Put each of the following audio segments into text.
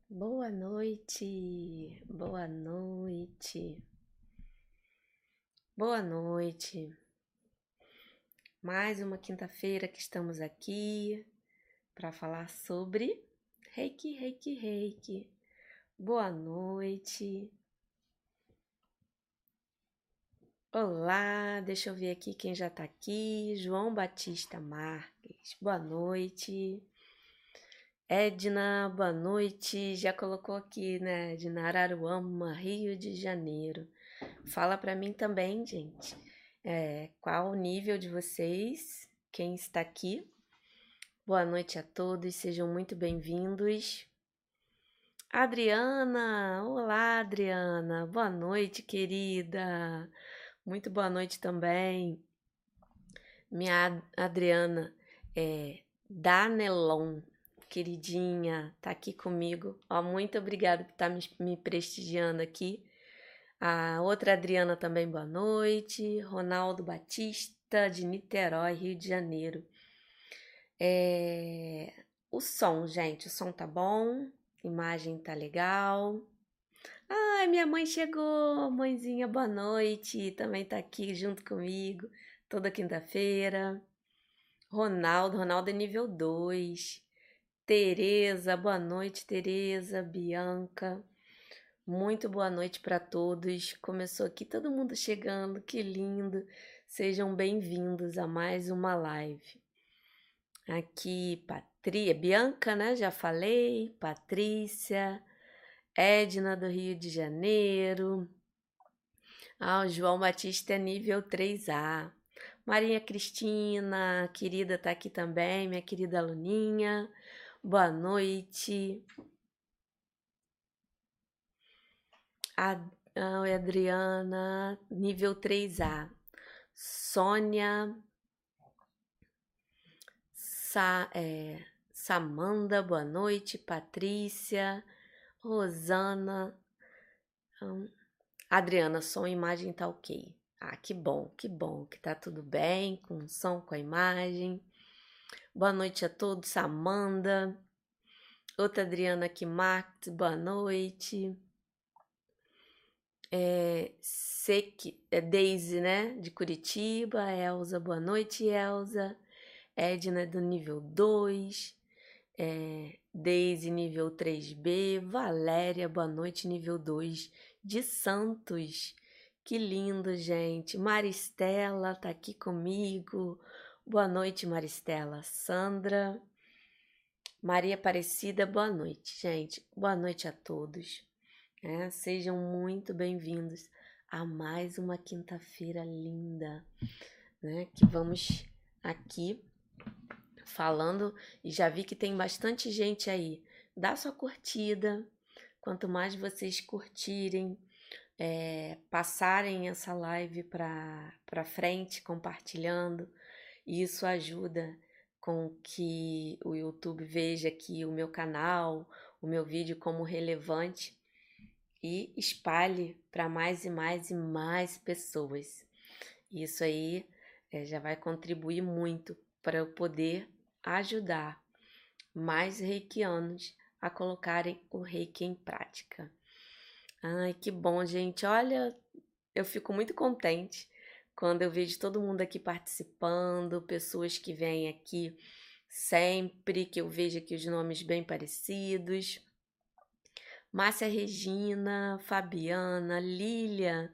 Boa noite, boa noite, boa noite. Mais uma quinta-feira que estamos aqui para falar sobre Reiki, Reiki, Reiki. Boa noite. Olá, deixa eu ver aqui quem já tá aqui. João Batista Marques, boa noite. Edna, boa noite. Já colocou aqui, né? Edna, Araruama, Rio de Janeiro. Fala para mim também, gente. Qual o nível de vocês? Quem está aqui? Boa noite a todos, sejam muito bem-vindos. Adriana, olá, Adriana. Boa noite, querida. Muito boa noite também. Minha Adriana Danelon, queridinha, tá aqui comigo. Ó, muito obrigada por estar me prestigiando aqui. A outra Adriana também, boa noite. Ronaldo Batista, de Niterói, Rio de Janeiro. O som, gente, o som tá bom, imagem tá legal. Ai, minha mãe chegou, mãezinha, boa noite. Também tá aqui junto comigo, toda quinta-feira. Ronaldo é nível 2. Tereza, boa noite, Tereza, Bianca. Muito boa noite para todos. Começou aqui todo mundo chegando, que lindo. Sejam bem-vindos a mais uma live. Aqui, Bianca, né? Já falei. Patrícia, Edna do Rio de Janeiro. O João Batista é nível 3A. Maria Cristina, querida, tá aqui também, minha querida aluninha. Boa noite. Adriana, nível 3A. Sônia, Samanda, boa noite. Patrícia, Rosana, Adriana, som e imagem tá ok. Que bom que tá tudo bem com o som, com a imagem. Boa noite a todos, Samanda. Outra Adriana aqui, Marques, boa noite. Daisy, né, de Curitiba. Elza, boa noite, Elza. Edna do nível 2. Daisy, nível 3B. Valéria, boa noite, nível 2 de Santos. Que lindo, gente. Maristela tá aqui comigo. Boa noite, Maristela. Sandra. Maria Aparecida, boa noite, gente. Boa noite a todos. Sejam muito bem-vindos a mais uma quinta-feira linda, né? Que vamos aqui falando, e já vi que tem bastante gente aí. Dá sua curtida, quanto mais vocês curtirem, passarem essa live para frente, compartilhando, isso ajuda com que o YouTube veja aqui o meu canal, o meu vídeo como relevante e espalhe para mais e mais e mais pessoas. Isso aí já vai contribuir muito para eu poder ajudar mais reikianos a colocarem o reiki em prática. Ai, que bom, gente. Olha, eu fico muito contente quando eu vejo todo mundo aqui participando, pessoas que vêm aqui sempre, que eu vejo aqui os nomes bem parecidos. Márcia Regina, Fabiana, Lília,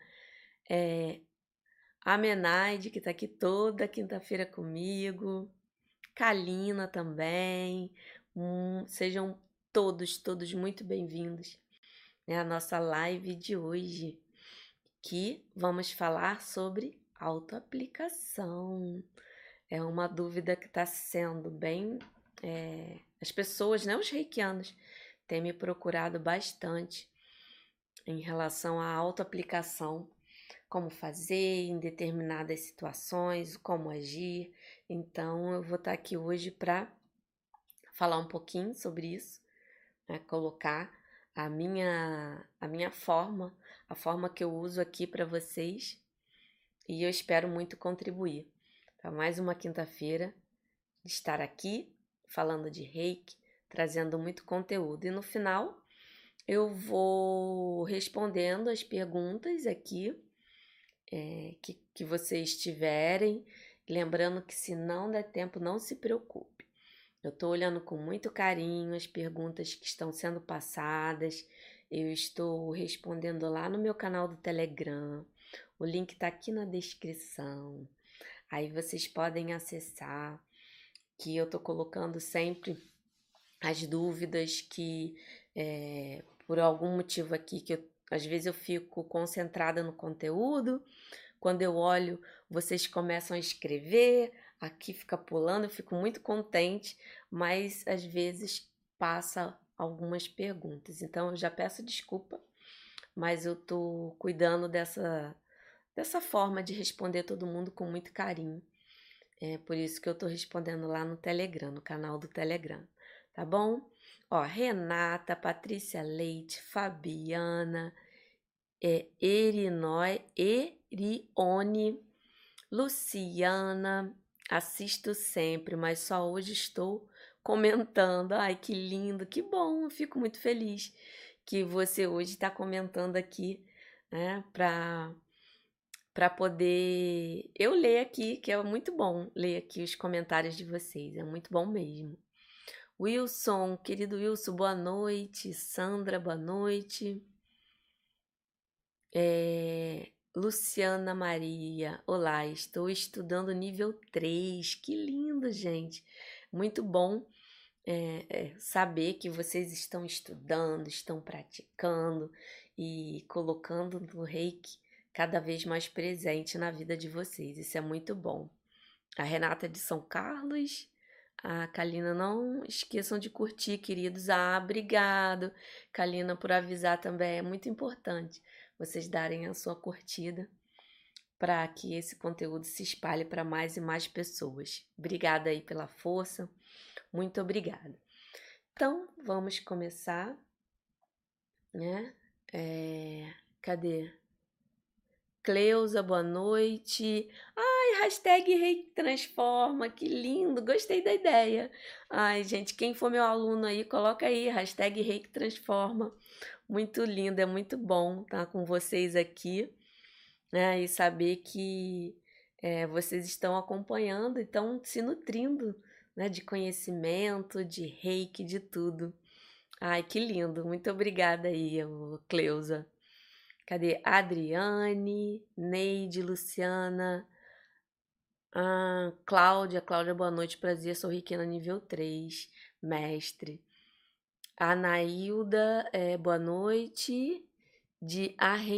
a Menaide, que tá aqui toda quinta-feira comigo, Kalina também. Sejam todos muito bem-vindos, né, à nossa live de hoje, que vamos falar sobre autoaplicação. É uma dúvida que está sendo bem... as pessoas, né, os reikianos, têm me procurado bastante em relação à autoaplicação, como fazer em determinadas situações, como agir. Então, eu vou estar aqui hoje para falar um pouquinho sobre isso, né? Colocar a minha forma, a forma que eu uso aqui para vocês, e eu espero muito contribuir para mais uma quinta-feira de estar aqui falando de Reiki, trazendo muito conteúdo. E no final, Eu vou respondendo as perguntas aqui que vocês tiverem. Lembrando que se não der tempo, não se preocupe. Eu estou olhando com muito carinho as perguntas que estão sendo passadas. Eu estou respondendo lá no meu canal do Telegram. O link está aqui na descrição. Aí vocês podem acessar, que eu estou colocando sempre as dúvidas que, por algum motivo aqui, às vezes eu fico concentrada no conteúdo. Quando eu olho, vocês começam a escrever, aqui fica pulando, eu fico muito contente, mas às vezes passa algumas perguntas. Então eu já peço desculpa, mas eu tô cuidando dessa forma de responder todo mundo com muito carinho. É por isso que eu tô respondendo lá no Telegram, no canal do Telegram, tá bom? Ó, Renata, Patrícia Leite, Fabiana, Erione, Luciana, assisto sempre, mas só hoje estou comentando. Ai, que lindo, que bom, eu fico muito feliz que você hoje está comentando aqui, né, para poder eu ler aqui, que é muito bom ler aqui os comentários de vocês, é muito bom mesmo. Wilson, querido Wilson, boa noite. Sandra, boa noite. Luciana Maria, olá, estou estudando nível 3. Que lindo, gente. Muito bom saber que vocês estão estudando, estão praticando e colocando o reiki cada vez mais presente na vida de vocês. Isso é muito bom. A Renata de São Carlos, a Kalina, não esqueçam de curtir, queridos. Ah, obrigado, Kalina, por avisar também. É muito importante vocês darem a sua curtida para que esse conteúdo se espalhe para mais e mais pessoas. Obrigada aí pela força. Muito obrigada. Então, vamos começar, né? Cadê? Cleusa, boa noite. Ai, hashtag Reiki Transforma, que lindo, gostei da ideia. Ai, gente, quem for meu aluno aí, coloca aí, hashtag Reiki Transforma. Muito lindo, é muito bom estar com vocês aqui, né? E saber que vocês estão acompanhando e estão se nutrindo, né, de conhecimento, de Reiki, de tudo. Ai, que lindo, muito obrigada aí, Cleusa. Cadê? Adriane, Neide, Luciana, Cláudia. Cláudia, boa noite, prazer, sou Riquena nível 3, mestre. Anailda, boa noite, de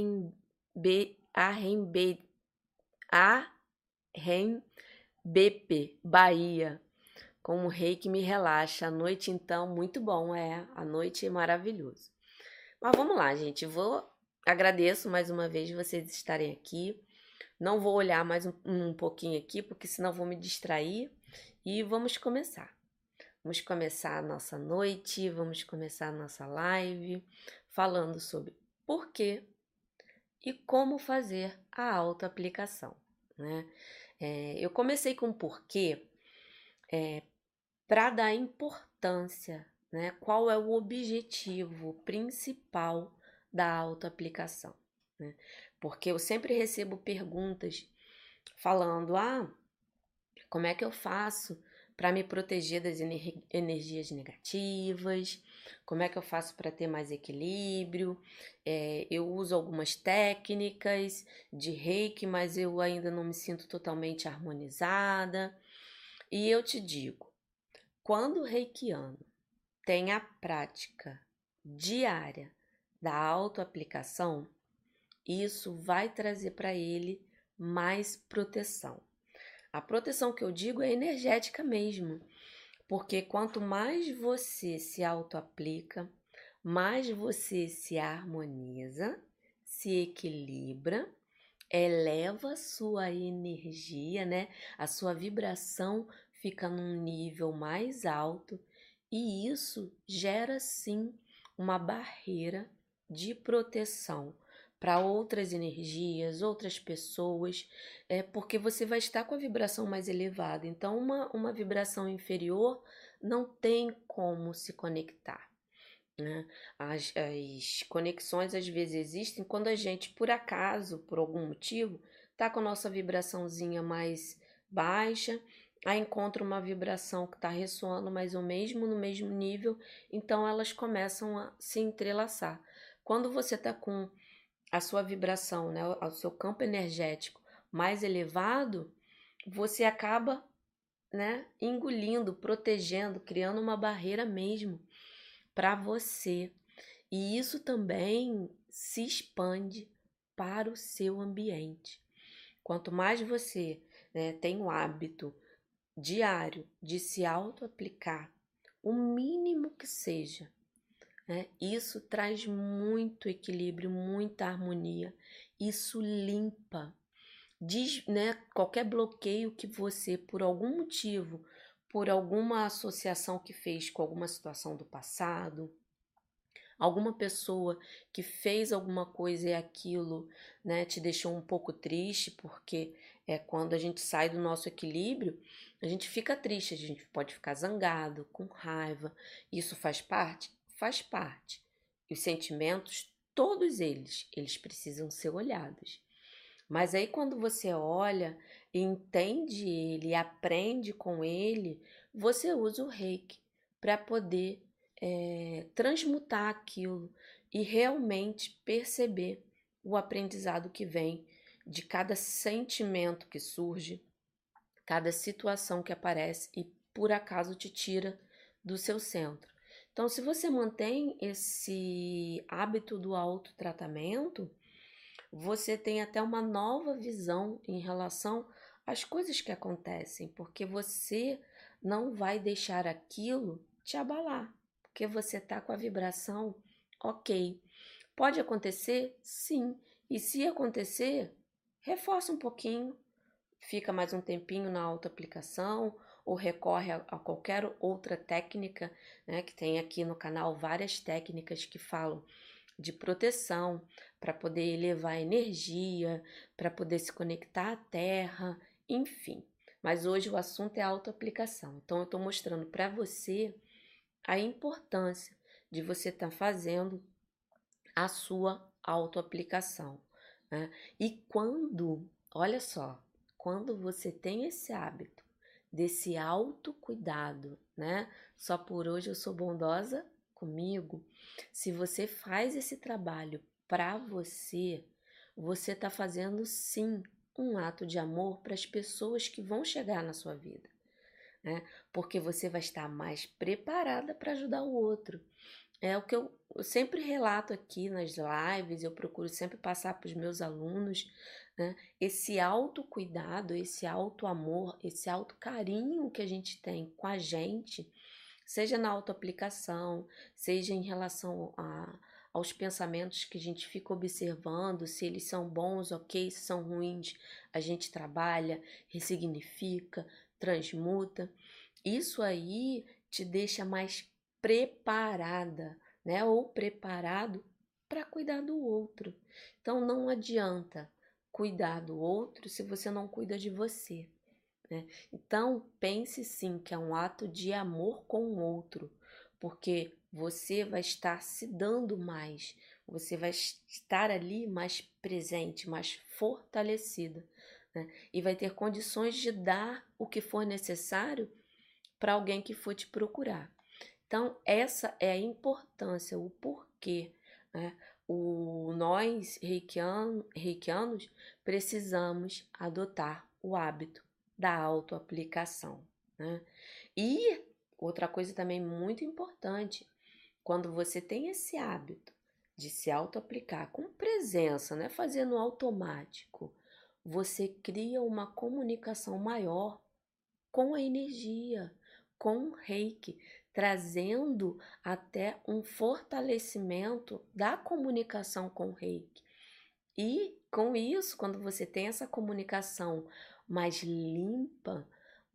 Arrembepe, Bahia. Com o rei que me relaxa. A noite, então, muito bom, a noite é maravilhoso. Mas vamos lá, gente, agradeço mais uma vez vocês estarem aqui. Não vou olhar mais um pouquinho aqui, porque senão vou me distrair. E vamos começar. Vamos começar a nossa noite, vamos começar a nossa live falando sobre por que e como fazer a autoaplicação, né? Eu comecei com porquê para dar importância, né? Qual é o objetivo principal da autoaplicação, né? Porque eu sempre recebo perguntas falando: como é que eu faço para me proteger das energias negativas? Como é que eu faço para ter mais equilíbrio? Eu uso algumas técnicas de reiki, mas eu ainda não me sinto totalmente harmonizada. E eu te digo, quando o reikiano tem a prática diária da autoaplicação, isso vai trazer para ele mais proteção. A proteção que eu digo é energética mesmo, porque quanto mais você se autoaplica, mais você se harmoniza, se equilibra, eleva a sua energia, né? A sua vibração fica num nível mais alto e isso gera sim uma barreira de proteção para outras energias, outras pessoas, porque você vai estar com a vibração mais elevada. Então, uma vibração inferior não tem como se conectar. né? As conexões às vezes existem quando a gente, por acaso, por algum motivo, tá com a nossa vibraçãozinha mais baixa, aí encontra uma vibração que está ressoando mais ou mesmo no mesmo nível, então elas começam a se entrelaçar. Quando você está com a sua vibração, né, o seu campo energético mais elevado, você acaba, né, engolindo, protegendo, criando uma barreira mesmo para você. E isso também se expande para o seu ambiente. Quanto mais você, né, tem o hábito diário de se auto-aplicar, o mínimo que seja, né, isso traz muito equilíbrio, muita harmonia. Isso limpa, né, qualquer bloqueio que você, por algum motivo, por alguma associação que fez com alguma situação do passado, alguma pessoa que fez alguma coisa e aquilo, né, te deixou um pouco triste, porque é quando a gente sai do nosso equilíbrio, a gente fica triste, a gente pode ficar zangado, com raiva. Isso faz parte? Faz parte. E os sentimentos, todos eles precisam ser olhados. Mas aí quando você olha, entende ele, aprende com ele, você usa o reiki para poder transmutar aquilo e realmente perceber o aprendizado que vem de cada sentimento que surge, cada situação que aparece e por acaso te tira do seu centro. Então, se você mantém esse hábito do autotratamento, você tem até uma nova visão em relação às coisas que acontecem, porque você não vai deixar aquilo te abalar, porque você tá com a vibração ok. Pode acontecer? Sim. E se acontecer, reforça um pouquinho, fica mais um tempinho na autoaplicação ou recorre a qualquer outra técnica, né, que tem aqui no canal várias técnicas que falam de proteção, para poder elevar a energia, para poder se conectar à terra, enfim. Mas hoje o assunto é autoaplicação. Então eu estou mostrando para você a importância de você estar fazendo a sua autoaplicação, né? E quando, olha só, quando você tem esse hábito desse autocuidado, né? Só por hoje eu sou bondosa comigo. Se você faz esse trabalho para você, você está fazendo sim um ato de amor para as pessoas que vão chegar na sua vida, né? Porque você vai estar mais preparada para ajudar o outro. É o que eu sempre relato aqui nas lives, eu procuro sempre passar para os meus alunos, né? Esse autocuidado, esse autoamor, esse autocarinho que a gente tem com a gente, seja na autoaplicação, seja em relação aos pensamentos que a gente fica observando, se eles são bons, ok, se são ruins, a gente trabalha, ressignifica, transmuta. Isso aí te deixa mais preparada, né? Ou preparado para cuidar do outro. Então não adianta cuidar do outro se você não cuida de você, né? Então pense sim que é um ato de amor com o outro, porque você vai estar se dando mais, você vai estar ali mais presente, mais fortalecida, né? E vai ter condições de dar o que for necessário para alguém que for te procurar. Então, essa é a importância, o porquê, né? Nós, reikianos, precisamos adotar o hábito da autoaplicação, né? E outra coisa também muito importante, quando você tem esse hábito de se autoaplicar com presença, né? Fazendo automático, você cria uma comunicação maior com a energia, com o reiki, trazendo até um fortalecimento da comunicação com o reiki. E com isso, quando você tem essa comunicação mais limpa,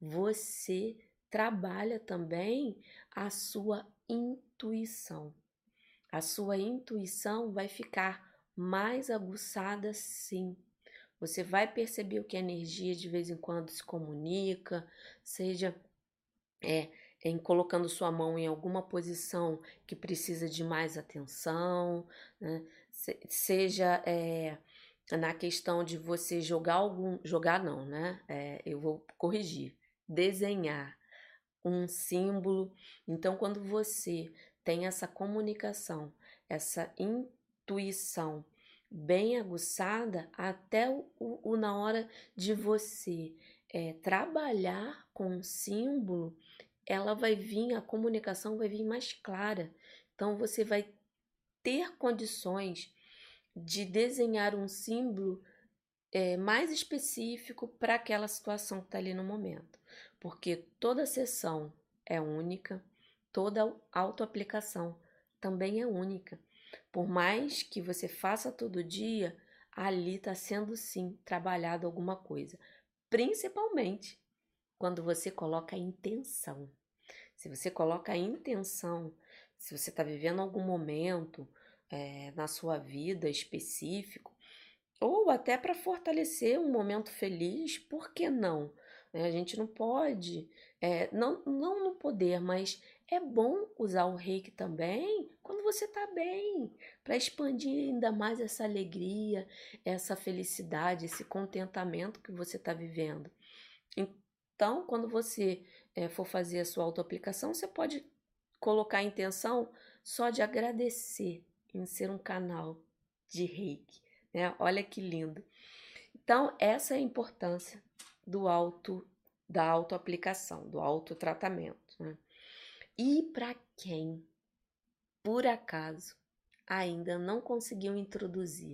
você trabalha também a sua intuição. A sua intuição vai ficar mais aguçada, sim. Você vai perceber o que a energia de vez em quando se comunica, seja em colocando sua mão em alguma posição que precisa de mais atenção, né? Seja na questão de você jogar não, né? Eu vou corrigir, desenhar um símbolo. Então, quando você tem essa comunicação, essa intuição bem aguçada, até na hora de você trabalhar com um símbolo, ela vai vir, a comunicação vai vir mais clara. Então, você vai ter condições de desenhar um símbolo mais específico para aquela situação que está ali no momento. Porque toda sessão é única, toda autoaplicação também é única. Por mais que você faça todo dia, ali está sendo sim trabalhado alguma coisa. Principalmente quando você coloca a intenção. Se você coloca a intenção, se você está vivendo algum momento na sua vida específico, ou até para fortalecer um momento feliz, por que não? A gente não pode, não no poder, mas é bom usar o reiki também quando você está bem, para expandir ainda mais essa alegria, essa felicidade, esse contentamento que você está vivendo. Então, quando você for fazer a sua autoaplicação, você pode colocar a intenção só de agradecer em ser um canal de reiki, né? Olha que lindo. Então, essa é a importância da autoaplicação, do autotratamento, né? E para quem, por acaso, ainda não conseguiu introduzir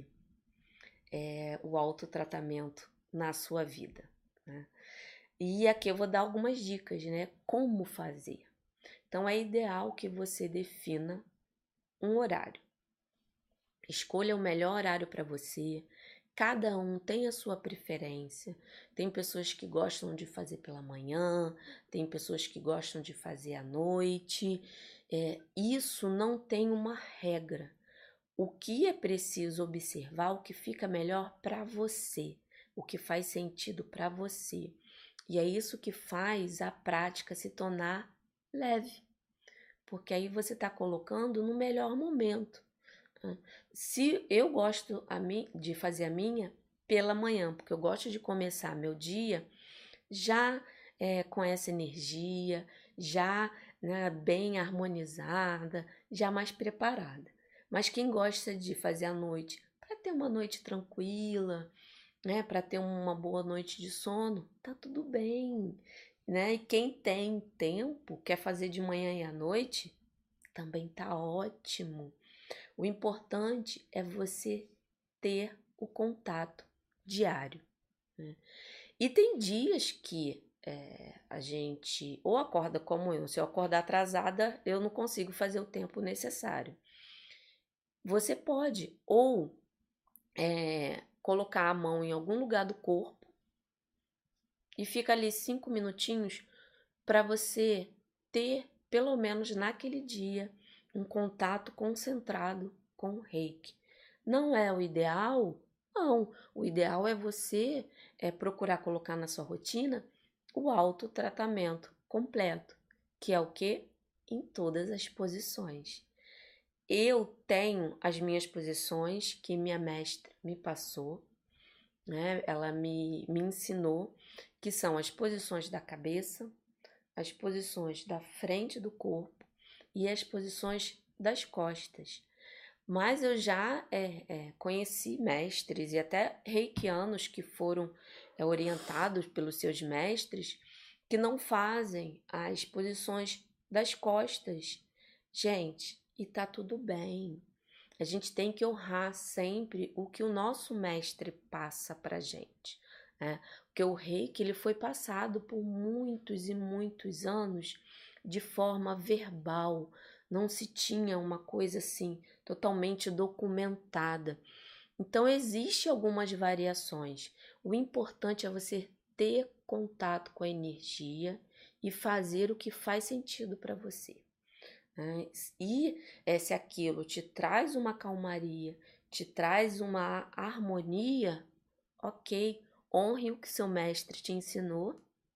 o autotratamento na sua vida, né? E aqui eu vou dar algumas dicas, né? Como fazer. Então, é ideal que você defina um horário. Escolha o melhor horário para você. Cada um tem a sua preferência. Tem pessoas que gostam de fazer pela manhã, tem pessoas que gostam de fazer à noite. Isso não tem uma regra. O que é preciso observar, o que fica melhor para você, o que faz sentido para você. E é isso que faz a prática se tornar leve, porque aí você está colocando no melhor momento. Se eu gosto de fazer a minha pela manhã, porque eu gosto de começar meu dia já com essa energia, já, né, bem harmonizada, já mais preparada. Mas quem gosta de fazer à noite, para ter uma noite tranquila, né, para ter uma boa noite de sono, tá tudo bem, né? E quem tem tempo, quer fazer de manhã e à noite, também tá ótimo. O importante é você ter o contato diário, né? E tem dias que a gente ou acorda como eu, se eu acordar atrasada, eu não consigo fazer o tempo necessário. Você pode ou colocar a mão em algum lugar do corpo e fica ali 5 minutinhos para você ter, pelo menos naquele dia, um contato concentrado com o reiki. Não é o ideal? Não. O ideal é você procurar colocar na sua rotina o autotratamento completo, que é o quê? Em todas as posições. Eu tenho as minhas posições que minha mestra me passou, né? Ela me ensinou, que são as posições da cabeça, as posições da frente do corpo e as posições das costas. Mas eu já conheci mestres e até reikianos que foram orientados pelos seus mestres que não fazem as posições das costas. Gente, e tá tudo bem. A gente tem que honrar sempre o que o nosso mestre passa pra gente, né? Porque o reiki ele foi passado por muitos e muitos anos de forma verbal, não se tinha uma coisa assim totalmente documentada. Então existe algumas variações. O importante é você ter contato com a energia e fazer o que faz sentido para você, né? E se aquilo te traz uma calmaria, te traz uma harmonia, ok, honre o que seu mestre te ensinou e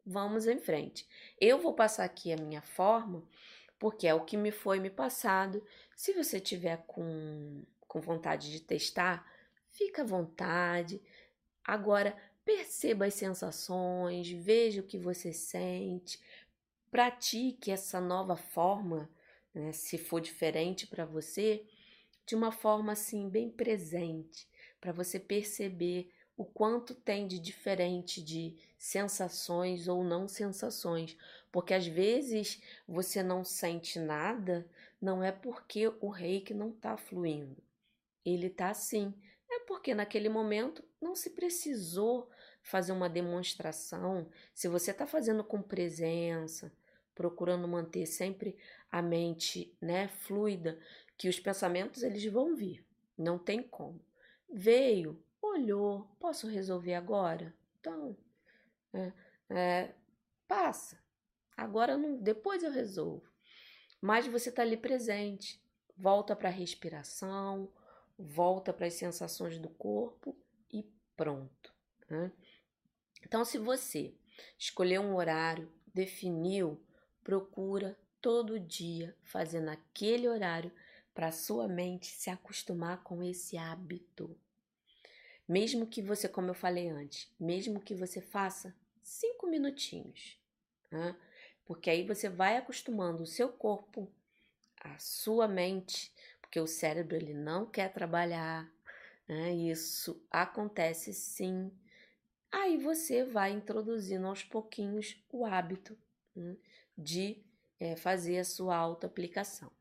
vamos em frente. Eu vou passar aqui a minha forma, porque é o que me foi me passado. Se você tiver com vontade de testar, fica à vontade. Agora, perceba as sensações, veja o que você sente, pratique essa nova forma, né, se for diferente para você, de uma forma assim bem presente, para você perceber o quanto tem de diferente de sensações ou não sensações, porque às vezes você não sente nada, não é porque o reiki não está fluindo, ele está sim, é porque naquele momento não se precisou fazer uma demonstração. Se você está fazendo com presença, procurando manter sempre a mente, né, fluida, que os pensamentos eles vão vir, não tem como. Veio, olhou, posso resolver agora? Então, é, é, passa. Agora não, depois eu resolvo. Mas você está ali presente. Volta para a respiração, volta para as sensações do corpo e pronto, né? Então, se você escolheu um horário, definiu, procura todo dia fazer naquele horário para a sua mente se acostumar com esse hábito. Mesmo que você, como eu falei antes, mesmo que você faça 5 minutinhos, né? Porque aí você vai acostumando o seu corpo, a sua mente, porque o cérebro ele não quer trabalhar, né? Isso acontece sim. Aí você vai introduzindo aos pouquinhos o hábito, né, de fazer a sua autoaplicação.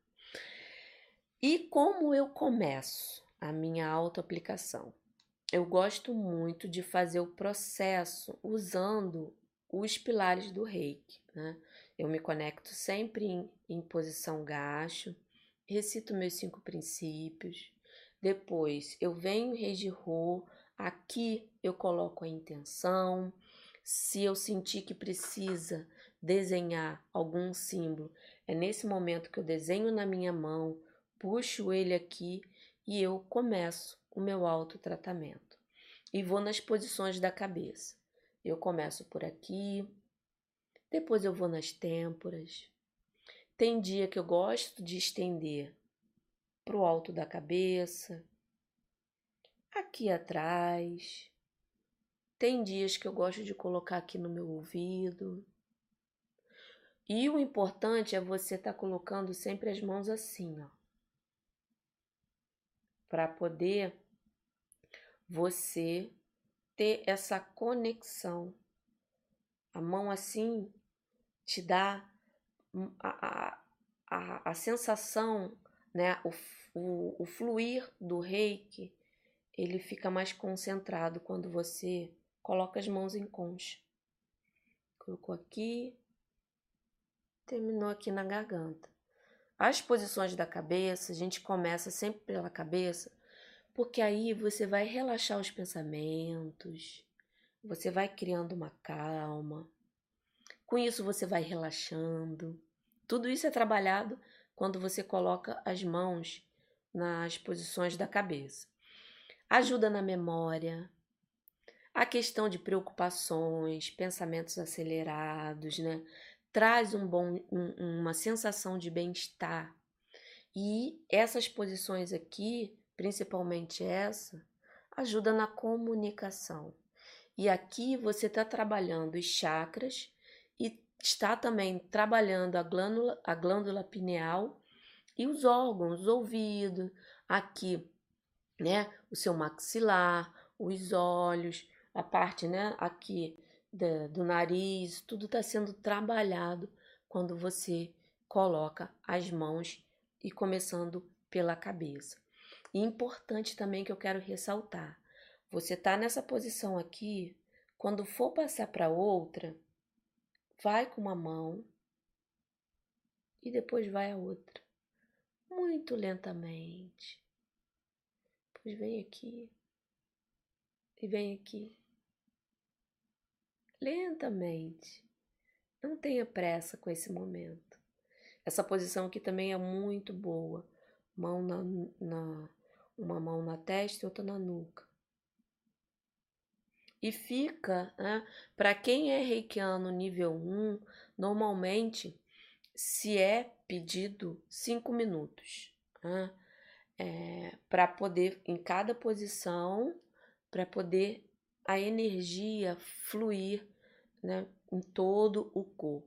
E como eu começo a minha autoaplicação? Eu gosto muito de fazer o processo usando os pilares do Reiki, né? Eu me conecto sempre em posição gacho, recito meus 5 princípios, depois eu venho em Reiji-Ho, aqui eu coloco a intenção, se eu sentir que precisa desenhar algum símbolo, é nesse momento que eu desenho na minha mão, puxo ele aqui e eu começo o meu autotratamento. E vou nas posições da cabeça. Eu começo por aqui, depois eu vou nas têmporas. Tem dia que eu gosto de estender para o alto da cabeça, aqui atrás. Tem dias que eu gosto de colocar aqui no meu ouvido. E o importante é você estar colocando sempre as mãos assim, ó, para poder você ter essa conexão. A mão assim te dá a sensação, né, o fluir do reiki, ele fica mais concentrado quando você coloca as mãos em concha. Colocou aqui, terminou aqui na garganta. As posições da cabeça, a gente começa sempre pela cabeça, porque aí você vai relaxar os pensamentos, você vai criando uma calma. Com isso você vai relaxando. Tudo isso é trabalhado quando você coloca as mãos nas posições da cabeça. Ajuda na memória, a questão de preocupações, pensamentos acelerados, né? Traz uma sensação de bem-estar. E essas posições aqui, principalmente essa, ajuda na comunicação. E aqui você está trabalhando os chakras e está também trabalhando a glândula pineal e os órgãos, os ouvidos, aqui, né, o seu maxilar, os olhos, a parte, né, aqui do nariz, tudo está sendo trabalhado quando você coloca as mãos e começando pela cabeça. E importante também que eu quero ressaltar, você está nessa posição aqui, quando for passar para outra, vai com uma mão e depois vai a outra, muito lentamente. Depois vem aqui e vem aqui, lentamente. Não tenha pressa com esse momento. Essa posição aqui também é muito boa. Mão uma mão na testa e outra na nuca. e fica, né? Para quem é reikiano nível 1, normalmente se é pedido 5 minutos, né? Para poder, em cada posição, para poder a energia fluir, né, em todo o corpo.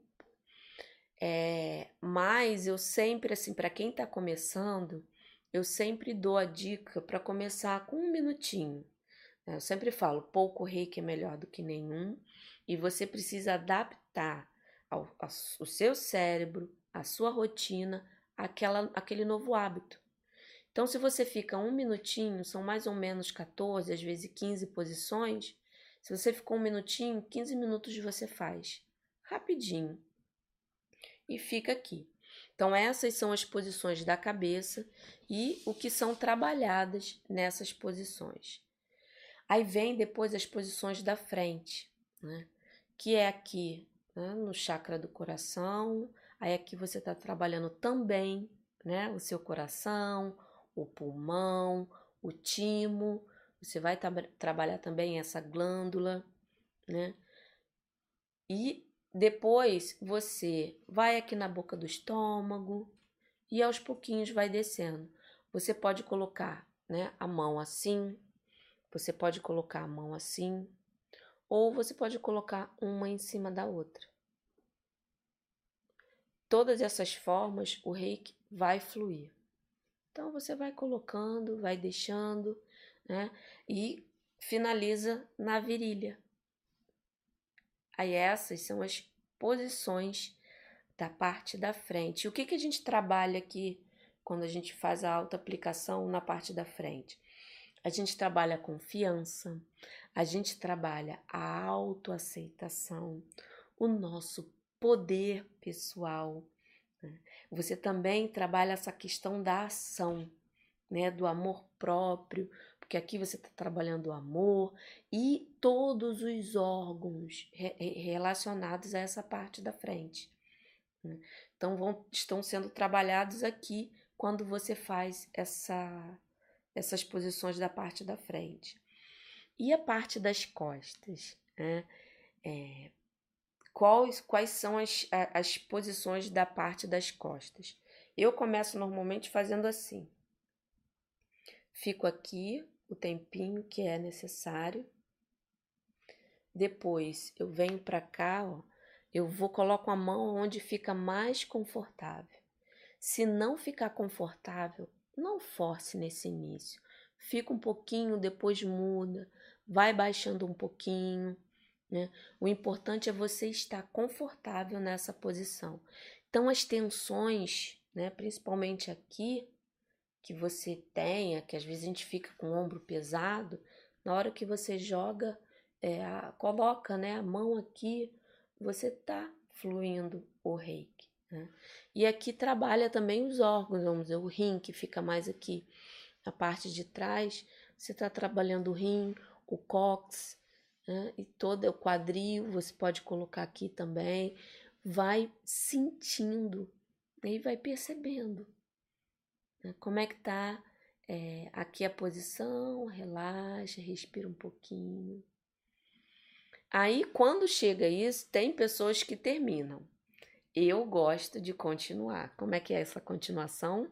Mas eu sempre, assim, para quem está começando, eu sempre dou a dica para começar com 1 minutinho. Eu sempre falo, pouco reiki é melhor do que nenhum, e você precisa adaptar o seu cérebro, a sua rotina, aquele novo hábito. Então, se você fica 1 minutinho, são mais ou menos 14, às vezes 15 posições. Se você ficou 1 minutinho, 15 minutos você faz. Rapidinho. E fica aqui. Então, essas são as posições da cabeça e o que são trabalhadas nessas posições. Aí vem depois as posições da frente, né? Que é aqui, né, no chakra do coração. Aí aqui você está trabalhando também, né, o seu coração, o pulmão, o timo. Você vai trabalhar também essa glândula, né? E depois você vai aqui na boca do estômago e aos pouquinhos vai descendo. Você pode colocar, né, a mão assim, você pode colocar a mão assim, ou você pode colocar uma em cima da outra. Todas essas formas o reiki vai fluir. Então você vai colocando, vai deixando, né? E finaliza na virilha. Aí essas são as posições da parte da frente. E o que a gente trabalha aqui quando a gente faz a autoaplicação na parte da frente? A gente trabalha a confiança, a gente trabalha a autoaceitação, o nosso poder pessoal, né? Você também trabalha essa questão da ação, né? Do amor próprio, porque aqui você está trabalhando o amor e todos os órgãos relacionados a essa parte da frente, né? Então estão sendo trabalhados aqui quando você faz essas posições da parte da frente. E a parte das costas, né? Quais são as posições da parte das costas? Eu começo normalmente fazendo assim. Fico aqui o tempinho que é necessário. Depois eu venho para cá, ó, coloco a mão onde fica mais confortável. Se não ficar confortável, não force nesse início. Fica um pouquinho, depois muda, vai baixando um pouquinho, né? O importante é você estar confortável nessa posição. Então, as tensões, né, principalmente aqui, que você tenha, que às vezes a gente fica com o ombro pesado, na hora que você joga, coloca, né, a mão aqui, você tá fluindo o reiki, né? E aqui trabalha também os órgãos, vamos dizer, o rim que fica mais aqui, a parte de trás, você está trabalhando o rim, o cóccix, né? E todo o quadril, você pode colocar aqui também, vai sentindo, né? E vai percebendo, né, como é que tá aqui a posição, relaxa, respira um pouquinho. Aí, quando chega isso, tem pessoas que terminam. Eu gosto de continuar. Como é que é essa continuação?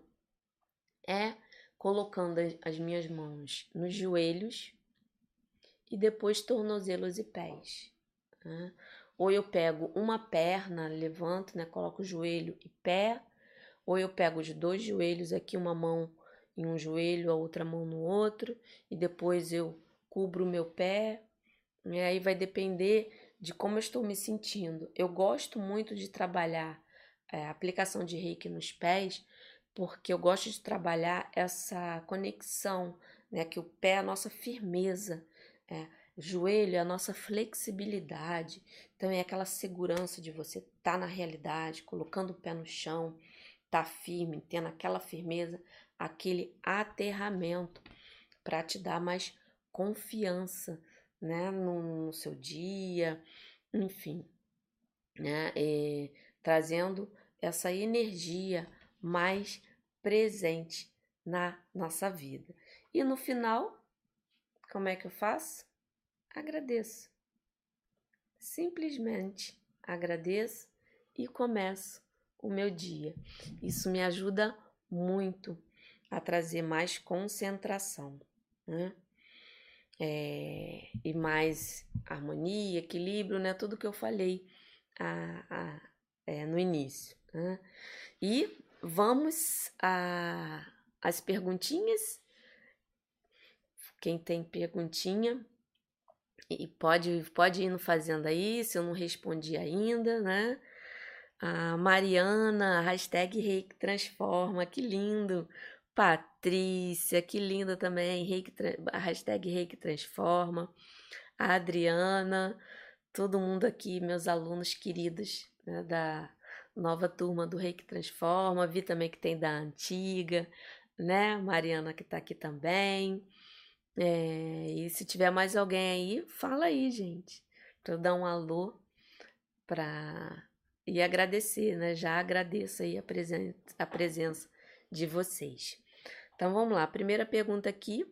É colocando as minhas mãos nos joelhos e depois tornozelos e pés, né? Ou eu pego uma perna, levanto, né, coloco o joelho e pé, ou eu pego os dois joelhos aqui, uma mão em um joelho, a outra mão no outro, e depois eu cubro o meu pé, e aí vai depender de como eu estou me sentindo. Eu gosto muito de trabalhar a aplicação de reiki nos pés, porque eu gosto de trabalhar essa conexão, né, que o pé é a nossa firmeza, o joelho é a nossa flexibilidade, então é aquela segurança de você estar na realidade, colocando o pé no chão, tá firme, tendo aquela firmeza, aquele aterramento para te dar mais confiança, né, no seu dia, enfim, né, trazendo essa energia mais presente na nossa vida. E no final, como é que eu faço? agradeço. Simplesmente agradeço e começo o meu dia. Isso me ajuda muito a trazer mais concentração, né? E mais harmonia, equilíbrio, né? Tudo que eu falei no início, né? E vamos às perguntinhas. Quem tem perguntinha, e pode ir no fazendo aí, se eu não respondi ainda, né? A Mariana, hashtag Reiki Transforma, que lindo. Patrícia, que linda também, hashtag Reiki Transforma. A Adriana, todo mundo aqui, meus alunos queridos, né, da nova turma do Reiki Transforma. Vi também que tem da antiga, né? Mariana que tá aqui também. E se tiver mais alguém aí, fala aí, gente, para eu dar um alô para e agradecer, né? Já agradeço aí a presença de vocês. Então vamos lá, primeira pergunta aqui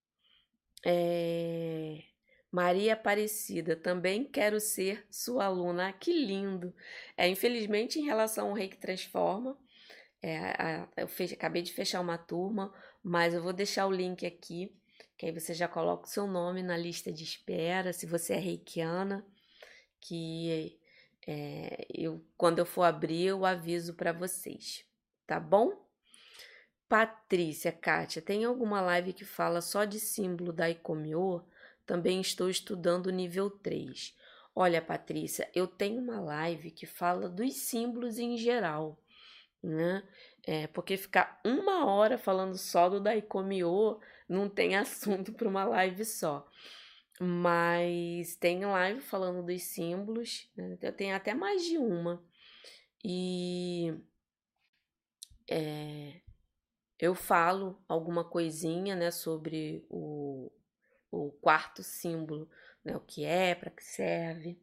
é Maria Aparecida, também quero ser sua aluna. Ah, que lindo! Infelizmente, em relação ao Reiki Transforma, acabei de fechar uma turma, mas eu vou deixar o link aqui, que aí você já coloca o seu nome na lista de espera, se você é reikiana, que quando eu for abrir, eu aviso para vocês, tá bom? Patrícia, Kátia, tem alguma live que fala só de símbolo da Ikomyo? Também estou estudando o nível 3. Olha, Patrícia, eu tenho uma live que fala dos símbolos em geral, né? Porque ficar 1 hora falando só do Daikomyo não tem assunto para uma live só. Mas tem live falando dos símbolos, né? Eu tenho até mais de uma. E eu falo alguma coisinha, né, sobre o quarto símbolo, né, o que é, para que serve.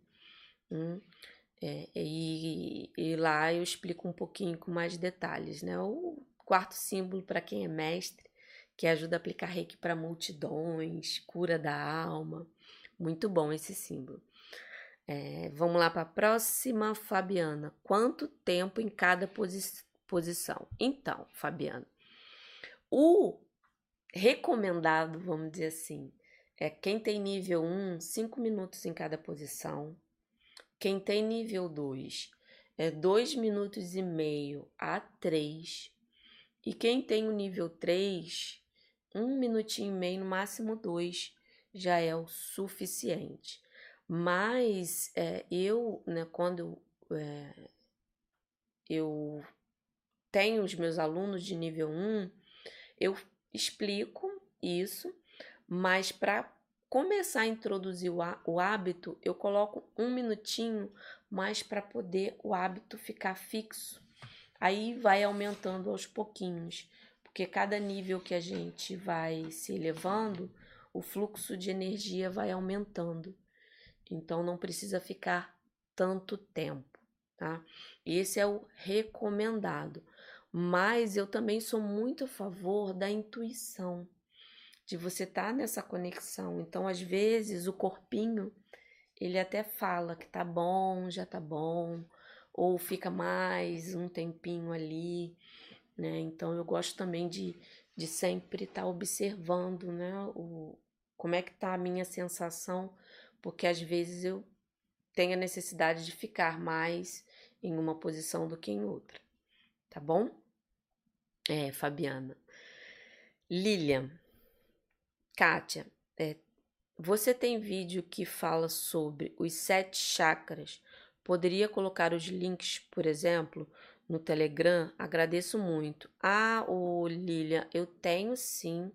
E lá eu explico um pouquinho com mais detalhes, né? O quarto símbolo, para quem é mestre, que ajuda a aplicar reiki para multidões, cura da alma. Muito bom esse símbolo. Vamos lá para a próxima, Fabiana. Quanto tempo em cada posição? Então, Fabiana, o recomendado, vamos dizer assim, quem tem nível 1, 5 minutos em cada posição. Quem tem nível 2, 2,5 minutos a 3. E quem tem o nível 3, 1,5 minutos, no máximo 2, já é o suficiente. Mas eu, né, quando eu tenho os meus alunos de nível 1, eu explico isso, mas para começar a introduzir o hábito, eu coloco 1 minutinho mais para poder o hábito ficar fixo. Aí vai aumentando aos pouquinhos, porque cada nível que a gente vai se elevando, o fluxo de energia vai aumentando. Então não precisa ficar tanto tempo, tá? Esse é o recomendado. Mas eu também sou muito a favor da intuição, de você estar nessa conexão. Então, às vezes, o corpinho, ele até fala que tá bom, já tá bom, ou fica mais um tempinho ali, né? Então, eu gosto também de sempre estar observando, né? Como é que tá a minha sensação, porque às vezes eu tenho a necessidade de ficar mais em uma posição do que em outra, tá bom? Fabiana. Lilian, Kátia, você tem vídeo que fala sobre os 7 chakras? Poderia colocar os links, por exemplo, no Telegram? Agradeço muito. Lilian, eu tenho sim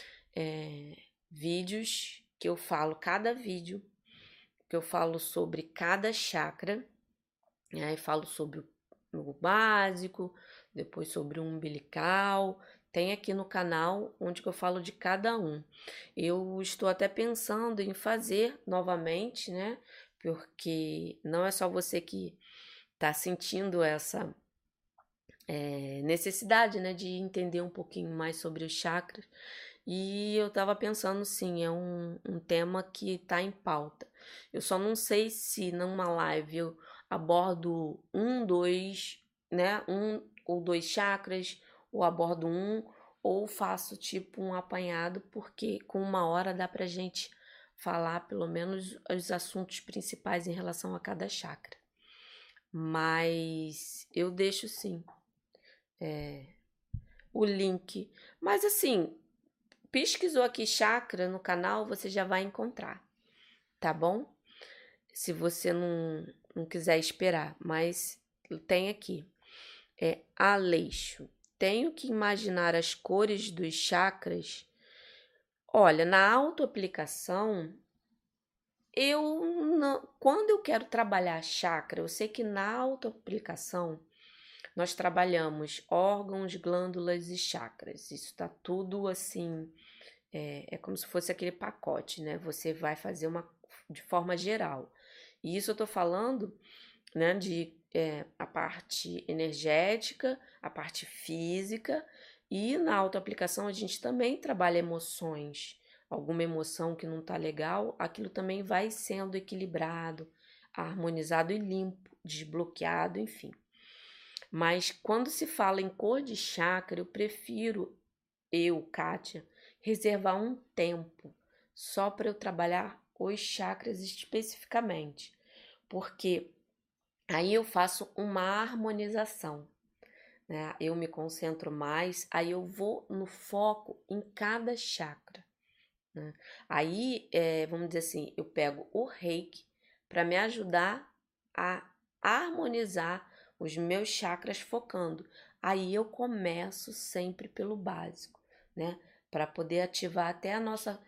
vídeos que eu falo, cada vídeo que eu falo sobre cada chakra, né? Falo sobre o básico, depois sobre o umbilical. Tem aqui no canal onde que eu falo de cada um. Eu estou até pensando em fazer novamente, né? Porque não é só você que está sentindo essa necessidade, né, de entender um pouquinho mais sobre os chakras. E eu tava pensando, sim, é um tema que tá em pauta. Eu só não sei se numa live eu abordo um, dois, né? Um ou dois chakras, ou abordo um, ou faço tipo um apanhado, porque com 1 hora dá pra gente falar pelo menos os assuntos principais em relação a cada chakra. Mas eu deixo sim o link. Mas assim, pesquisou aqui chakra no canal, você já vai encontrar, tá bom? Se você não quiser esperar, mas tem aqui. É Aleixo. Tenho que imaginar as cores dos chakras. Olha, na autoaplicação, eu não, quando eu quero trabalhar chakra, eu sei que na autoaplicação nós trabalhamos órgãos, glândulas e chakras. Isso tá tudo assim, é como se fosse aquele pacote, né? Você vai fazer uma de forma geral. E isso eu tô falando, né, de a parte energética, a parte física, e na autoaplicação a gente também trabalha emoções. Alguma emoção que não tá legal, aquilo também vai sendo equilibrado, harmonizado e limpo, desbloqueado, enfim. Mas quando se fala em cor de chakra, eu prefiro, Kátia, reservar um tempo só para eu trabalhar os chakras especificamente, porque aí eu faço uma harmonização, né? Eu me concentro mais, aí eu vou no foco em cada chakra, né? Aí, vamos dizer assim, eu pego o reiki para me ajudar a harmonizar os meus chakras focando. Aí eu começo sempre pelo básico, né? Para poder ativar até a nossa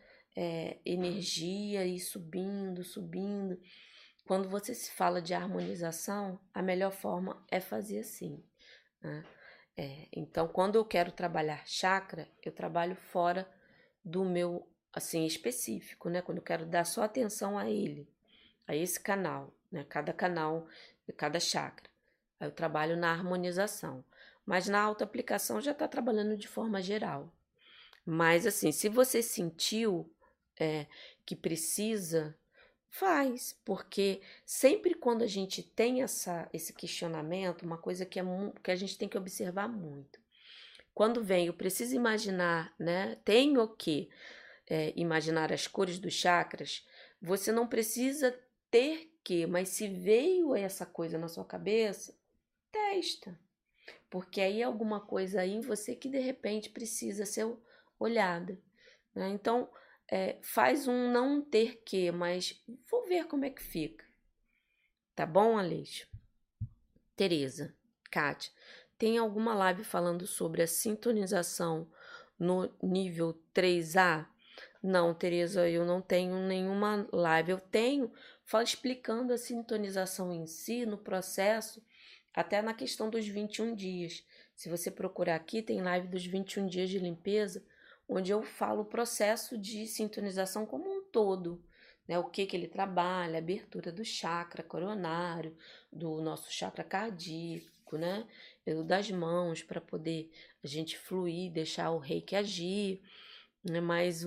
energia e subindo, subindo. Quando você se fala de harmonização, a melhor forma é fazer assim, né? Então, quando eu quero trabalhar chakra, eu trabalho fora do meu, assim, específico, né? Quando eu quero dar só atenção a ele, a esse canal, né? Cada canal, cada chakra. Aí eu trabalho na harmonização. Mas na autoaplicação já está trabalhando de forma geral. Mas, assim, se você sentiu é, que precisa, faz, porque sempre quando a gente tem esse questionamento, uma coisa que a gente tem que observar muito. Quando vem, eu preciso imaginar, né? Tenho que imaginar as cores dos chakras, você não precisa ter que, mas se veio essa coisa na sua cabeça, testa. Porque aí é alguma coisa aí em você que de repente precisa ser olhada, né? Então, faz um não ter que, mas vou ver como é que fica. Tá bom, Aleixo? Tereza, Kátia, tem alguma live falando sobre a sintonização no nível 3A? Não, Tereza, eu não tenho nenhuma live. Eu tenho, fala explicando a sintonização em si, no processo, até na questão dos 21 dias. Se você procurar aqui, tem live dos 21 dias de limpeza, onde eu falo o processo de sintonização como um todo, né? O que ele trabalha, a abertura do chakra coronário, do nosso chakra cardíaco, né? Das mãos para poder a gente fluir, deixar o reiki agir, né? Mas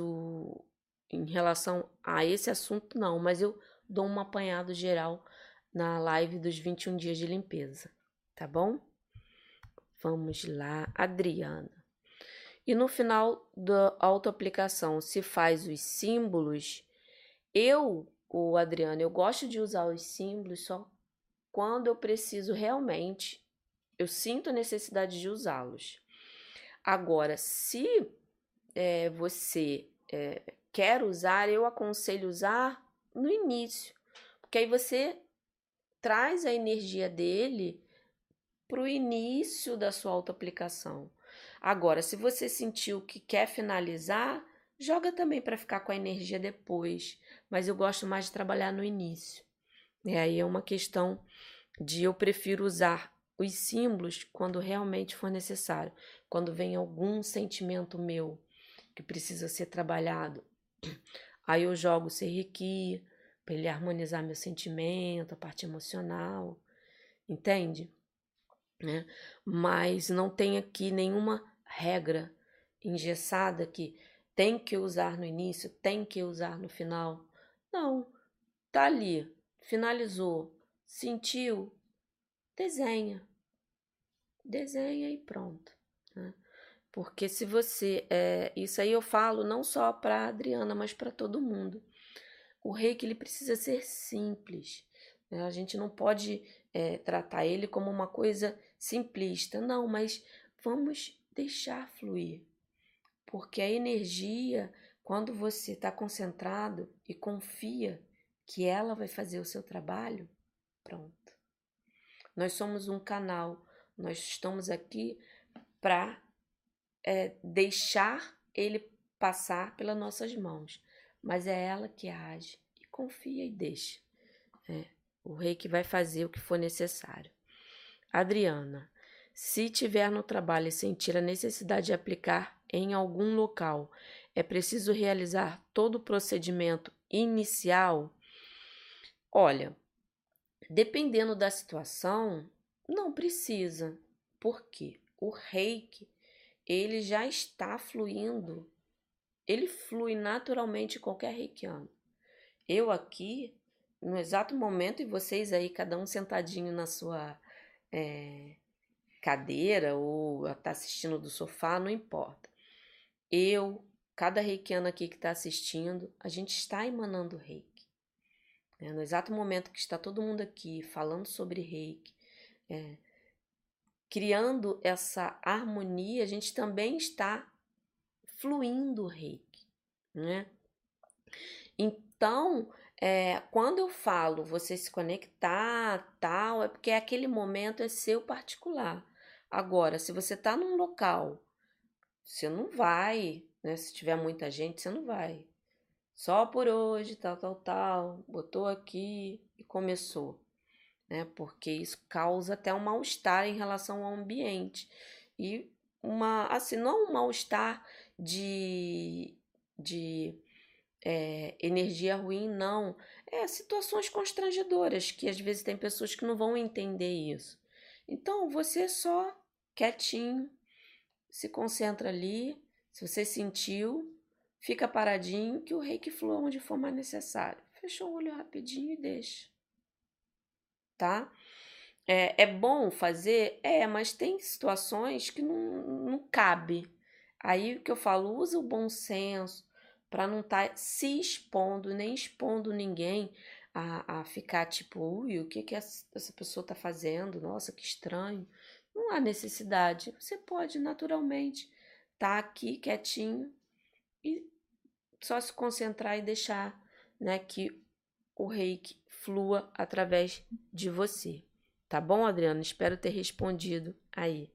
em relação a esse assunto, não, mas eu dou um apanhado geral na live dos 21 dias de limpeza, tá bom? Vamos lá, Adriana. E no final da autoaplicação, se faz os símbolos. O Adriana, eu gosto de usar os símbolos só quando eu preciso realmente, eu sinto a necessidade de usá-los. Agora, se você quer usar, eu aconselho usar no início, porque aí você traz a energia dele para o início da sua autoaplicação. Agora, se você sentiu que quer finalizar, joga também para ficar com a energia depois, mas eu gosto mais de trabalhar no início. E aí é uma questão de eu prefiro usar os símbolos quando realmente for necessário, quando vem algum sentimento meu que precisa ser trabalhado. Aí eu jogo o Serrequi para ele harmonizar meu sentimento, a parte emocional, entende? Né? Mas não tem aqui nenhuma regra engessada que tem que usar no início, tem que usar no final. Não, tá ali, finalizou, sentiu, desenha. Desenha e pronto, né? Porque se você, isso aí eu falo não só para Adriana, mas para todo mundo. O reiki ele precisa ser simples, né? A gente não pode tratar ele como uma coisa simplista, não, mas vamos deixar fluir, porque a energia, quando você está concentrado e confia que ela vai fazer o seu trabalho, pronto. Nós somos um canal, nós estamos aqui para deixar ele passar pelas nossas mãos, mas é ela que age e confia e deixa. O rei que vai fazer o que for necessário. Adriana, se tiver no trabalho e sentir a necessidade de aplicar em algum local, é preciso realizar todo o procedimento inicial? Olha, dependendo da situação, não precisa. Por quê? O reiki, ele já está fluindo. Ele flui naturalmente em qualquer reikiano. Eu aqui, no exato momento, e vocês aí, cada um sentadinho na sua cadeira ou tá assistindo do sofá, não importa. Cada reikiano aqui que está assistindo, a gente está emanando reiki. No exato momento que está todo mundo aqui falando sobre reiki, criando essa harmonia, a gente também está fluindo o reiki, né? Então, quando eu falo você se conectar, tal, é porque aquele momento é seu particular. Agora, se você está num local, você não vai, né? Se tiver muita gente, você não vai. Só por hoje, tal, tal, tal, botou aqui e começou, né? Porque isso causa até um mal-estar em relação ao ambiente. E assim, não um mal-estar de energia ruim, não. Situações constrangedoras, que às vezes tem pessoas que não vão entender isso. Então, você só quietinho, se concentra ali, se você sentiu, fica paradinho, que o reiki flua onde for mais necessário. Fechou o olho rapidinho e deixa, tá? É bom fazer? Mas tem situações que não cabe. Aí o que eu falo, usa o bom senso para não estar se expondo, nem expondo ninguém a ficar tipo, ui, o que que essa pessoa está fazendo? Nossa, que estranho. Não há necessidade. Você pode naturalmente estar aqui quietinho e só se concentrar e deixar, né, que o reiki flua através de você. Tá bom, Adriana? Espero ter respondido aí.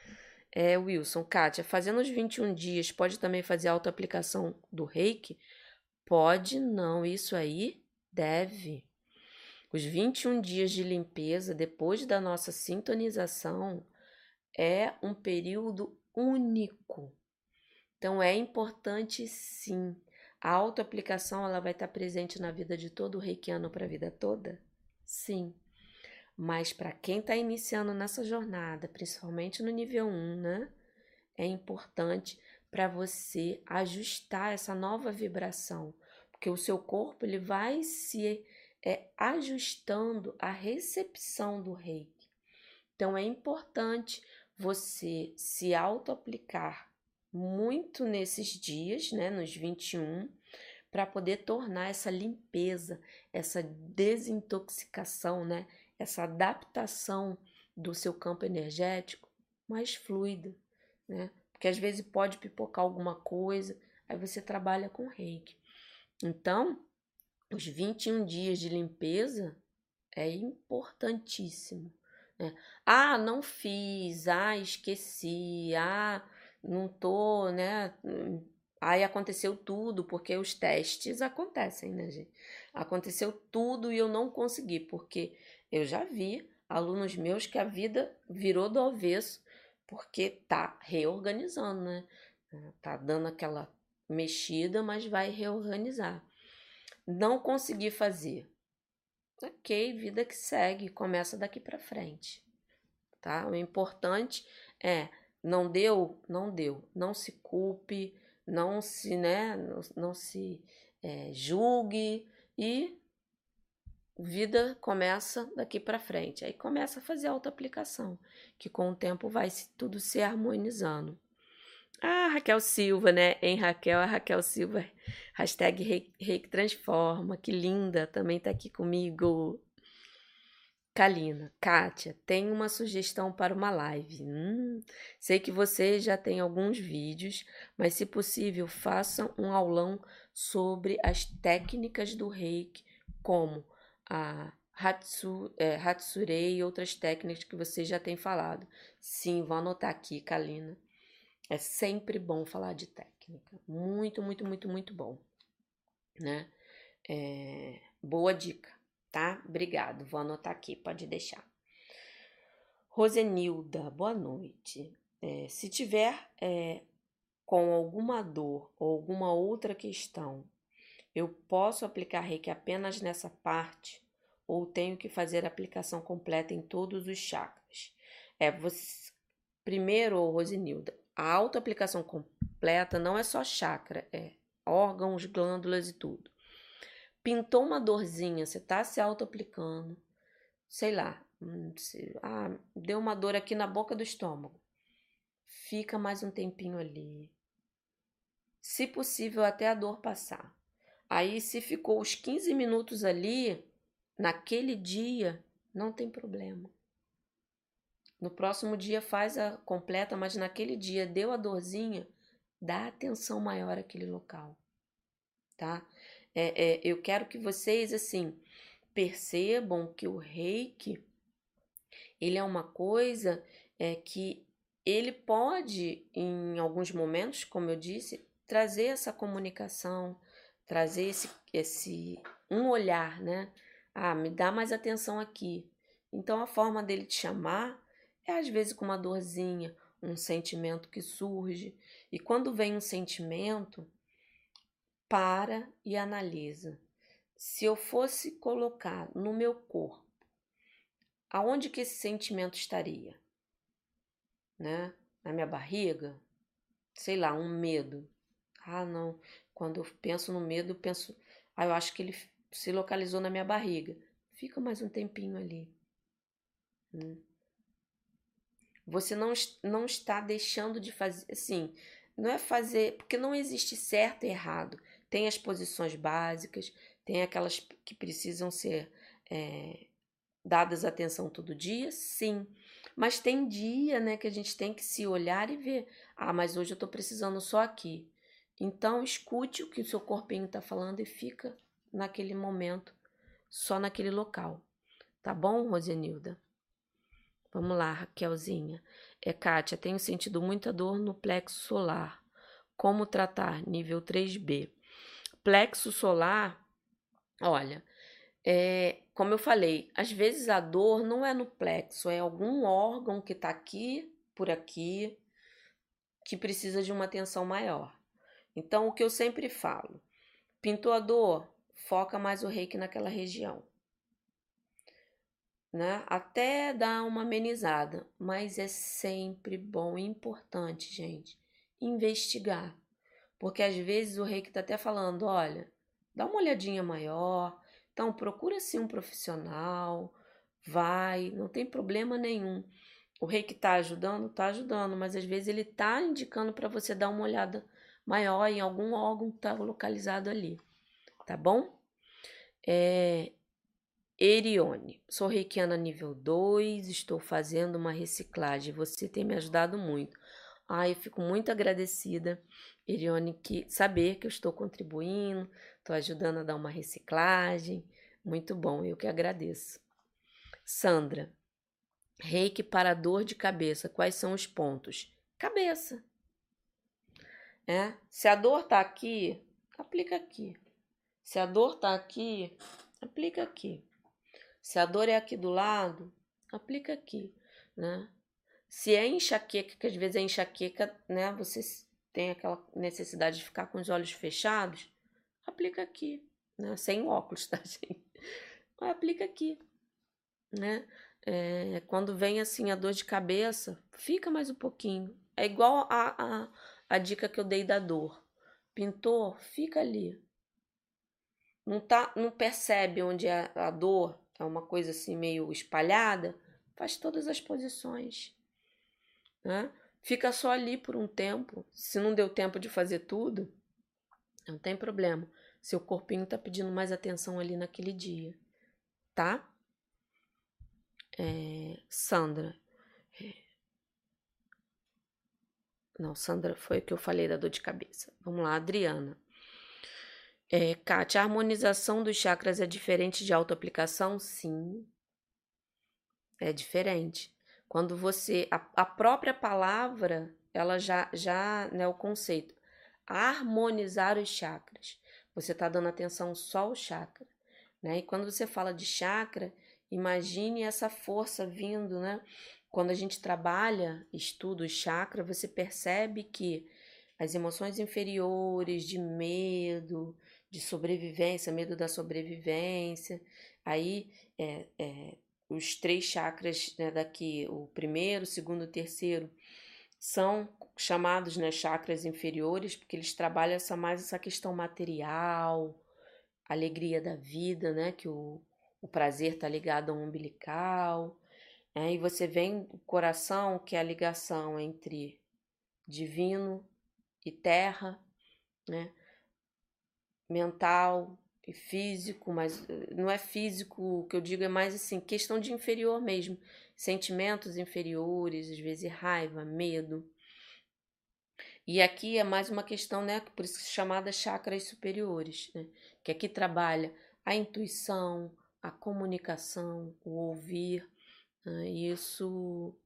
Wilson, Kátia, fazendo os 21 dias, pode também fazer autoaplicação do reiki? Pode não, isso aí deve. Os 21 dias de limpeza depois da nossa sintonização é um período único. Então é importante sim. A autoaplicação ela vai estar presente na vida de todo reikiano para a vida toda? Sim. Mas para quem está iniciando nessa jornada, principalmente no nível 1, né? É importante para você ajustar essa nova vibração, porque o seu corpo ele vai se ajustando à recepção do reiki. Então é importante você se auto-aplicar muito nesses dias, né, nos 21, para poder tornar essa limpeza, essa desintoxicação, né, essa adaptação do seu campo energético mais fluida, né? Porque às vezes pode pipocar alguma coisa, aí você trabalha com reiki. Então, os 21 dias de limpeza é importantíssimo, né? Ah, não fiz, esqueci, não tô, né? Aí aconteceu tudo, porque os testes acontecem, né, gente? Aconteceu tudo e eu não consegui, porque eu já vi alunos meus que a vida virou do avesso, porque tá reorganizando, né? Tá dando aquela mexida, mas vai reorganizar. Não consegui fazer. Ok, vida que segue, começa daqui para frente, tá? O importante é, não deu, não deu. Não se culpe, não se, né, não se julgue e vida começa daqui para frente. Aí começa a fazer autoaplicação, que com o tempo vai tudo se harmonizando. Ah, Raquel Silva, né? Em Raquel, a Raquel Silva, hashtag Reiki Transforma, que linda, também tá aqui comigo. Kalina, Kátia, tem uma sugestão para uma live. Sei que você já tem alguns vídeos, mas se possível, faça um aulão sobre as técnicas do Reiki, como a Hatsurei e outras técnicas que você já tem falado. Sim, vou anotar aqui, Kalina. É sempre bom falar de técnica. Muito, muito, muito, muito bom, né? Boa dica, tá? Obrigado. Vou anotar aqui, pode deixar. Rosenilda, boa noite. Se tiver com alguma dor ou alguma outra questão, eu posso aplicar reiki apenas nessa parte ou tenho que fazer a aplicação completa em todos os chakras? Primeiro, Rosenilda, a autoaplicação completa não é só chakra, é órgãos, glândulas e tudo. Pintou uma dorzinha, você tá se autoaplicando, sei lá, deu uma dor aqui na boca do estômago. Fica mais um tempinho ali. Se possível, até a dor passar. Aí, se ficou os 15 minutos ali, naquele dia, não tem problema. No próximo dia faz a completa, mas naquele dia deu a dorzinha, dá atenção maior àquele local, tá? Eu quero que vocês, assim, percebam que o reiki, ele é uma coisa que ele pode, em alguns momentos, como eu disse, trazer essa comunicação, trazer esse um olhar, né? Me dá mais atenção aqui. Então, a forma dele te chamar é, às vezes, com uma dorzinha, um sentimento que surge. E quando vem um sentimento, para e analisa. Se eu fosse colocar no meu corpo, aonde que esse sentimento estaria? Né? Na minha barriga? Sei lá, um medo. Não. Quando eu penso no medo, eu penso... eu acho que ele se localizou na minha barriga. Fica mais um tempinho ali. Você não está deixando de fazer... Assim, não é fazer... Porque não existe certo e errado. Tem as posições básicas, tem aquelas que precisam ser dadas atenção todo dia, sim. Mas tem dia, né, que a gente tem que se olhar e ver. Mas hoje eu tô precisando só aqui. Então, escute o que o seu corpinho tá falando e fica naquele momento, só naquele local. Tá bom, Rosenilda? Vamos lá, Raquelzinha. Kátia, tenho sentido muita dor no plexo solar. Como tratar? Nível 3B. Plexo solar, olha, como eu falei, às vezes a dor não é no plexo, é algum órgão que está aqui, por aqui, que precisa de uma atenção maior. Então, o que eu sempre falo, pintou a dor, foca mais o reiki naquela região, né? Até dar uma amenizada, mas é sempre bom e importante, gente, investigar. Porque às vezes o reiki está até falando, olha, dá uma olhadinha maior, então procura sim um profissional, vai, não tem problema nenhum. O reiki está ajudando, mas às vezes ele está indicando para você dar uma olhada maior em algum órgão que está localizado ali, tá bom? Erione, sou reikiana nível 2, estou fazendo uma reciclagem, você tem me ajudado muito. Eu fico muito agradecida, Erione, que saber que eu estou contribuindo, estou ajudando a dar uma reciclagem, muito bom, eu que agradeço. Sandra, reiki para dor de cabeça, quais são os pontos? Cabeça, Se a dor tá aqui, aplica aqui. Se a dor tá aqui, aplica aqui. Se a dor é aqui do lado, aplica aqui, né? Se é enxaqueca, que às vezes é enxaqueca, né? Você tem aquela necessidade de ficar com os olhos fechados, aplica aqui, né? Sem óculos, tá, gente? Aplica aqui, né? Quando vem assim a dor de cabeça, fica mais um pouquinho. É igual a dica que eu dei da dor. Pintou, fica ali. Não percebe onde é a dor, é uma coisa assim meio espalhada, faz todas as posições, né? Fica só ali por um tempo. Se não deu tempo de fazer tudo, não tem problema. Seu corpinho tá pedindo mais atenção ali naquele dia, tá? Sandra. Não, Sandra foi o que eu falei da dor de cabeça. Vamos lá, Adriana. Kátia, a harmonização dos chakras é diferente de autoaplicação? Sim, é diferente. Quando você. A própria palavra, ela já, né, o conceito. Harmonizar os chakras. Você está dando atenção só ao chakra, né? E quando você fala de chakra, imagine essa força vindo, né? Quando a gente trabalha, estuda o chakra, você percebe que as emoções inferiores de medo, de sobrevivência, medo da sobrevivência, aí os 3 chakras, né, daqui, o primeiro, o segundo e o terceiro, são chamados, né, chakras inferiores, porque eles trabalham mais essa questão material, alegria da vida, né, que o prazer está ligado ao umbilical, e você vem o coração, que é a ligação entre divino e terra, né, mental e físico, mas não é físico, o que eu digo é mais assim, questão de inferior mesmo, sentimentos inferiores, às vezes raiva, medo. E aqui é mais uma questão, né, por isso chamada chakras superiores, né, que aqui trabalha a intuição, a comunicação, o ouvir, né, e isso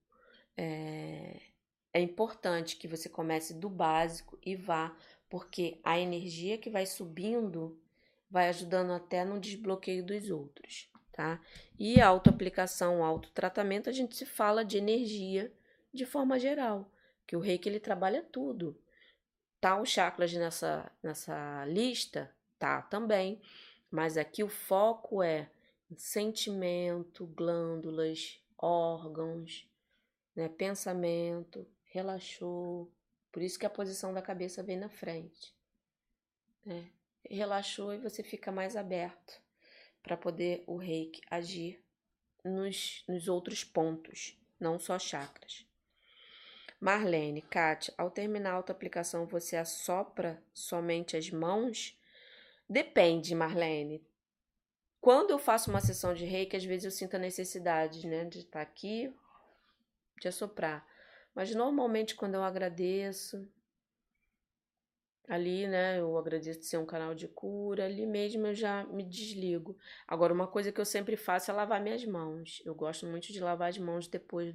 é importante que você comece do básico e vá, porque a energia que vai subindo vai ajudando até no desbloqueio dos outros, tá? E a autoaplicação, o autotratamento, a gente se fala de energia de forma geral, que o Reiki ele trabalha tudo. Tá os chakras nessa lista? Tá também, mas aqui o foco é sentimento, glândulas, órgãos, né, pensamento, relaxou. Por isso que a posição da cabeça vem na frente, né? Relaxou e você fica mais aberto para poder o Reiki agir nos outros pontos, não só chakras. Marlene, Kátia, ao terminar a autoaplicação você assopra somente as mãos? Depende, Marlene. Quando eu faço uma sessão de Reiki, às vezes eu sinto a necessidade, né, de estar aqui, de assoprar. Mas normalmente quando eu agradeço, ali, né, eu agradeço de ser um canal de cura, ali mesmo eu já me desligo. Agora, uma coisa que eu sempre faço é lavar minhas mãos. Eu gosto muito de lavar as mãos depois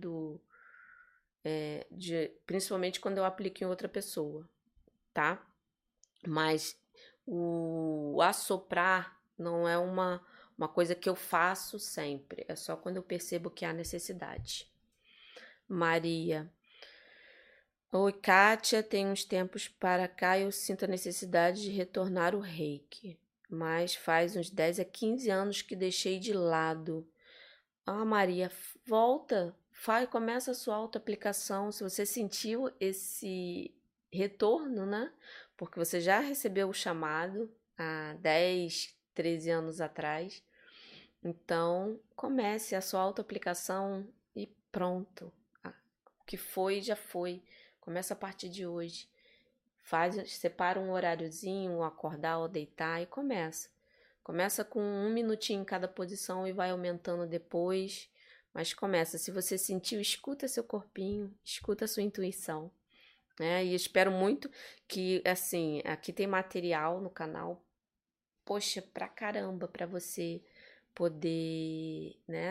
principalmente quando eu aplico em outra pessoa, tá? Mas o assoprar não é uma coisa que eu faço sempre, é só quando eu percebo que há necessidade. Maria. Oi, Kátia, tem uns tempos para cá eu sinto a necessidade de retornar o Reiki, mas faz uns 10 a 15 anos que deixei de lado. Ah, Maria, volta, começa a sua autoaplicação. Se você sentiu esse retorno, né? Porque você já recebeu o chamado há 10, 13 anos atrás. Então, comece a sua autoaplicação e pronto. O que foi, já foi. Começa a partir de hoje. Separa um horáriozinho, acordar ou deitar e começa. Começa com 1 minutinho em cada posição e vai aumentando depois. Mas começa. Se você sentiu, escuta seu corpinho, escuta sua intuição, né? E espero muito que, assim, aqui tem material no canal, poxa, pra caramba, pra você poder, né,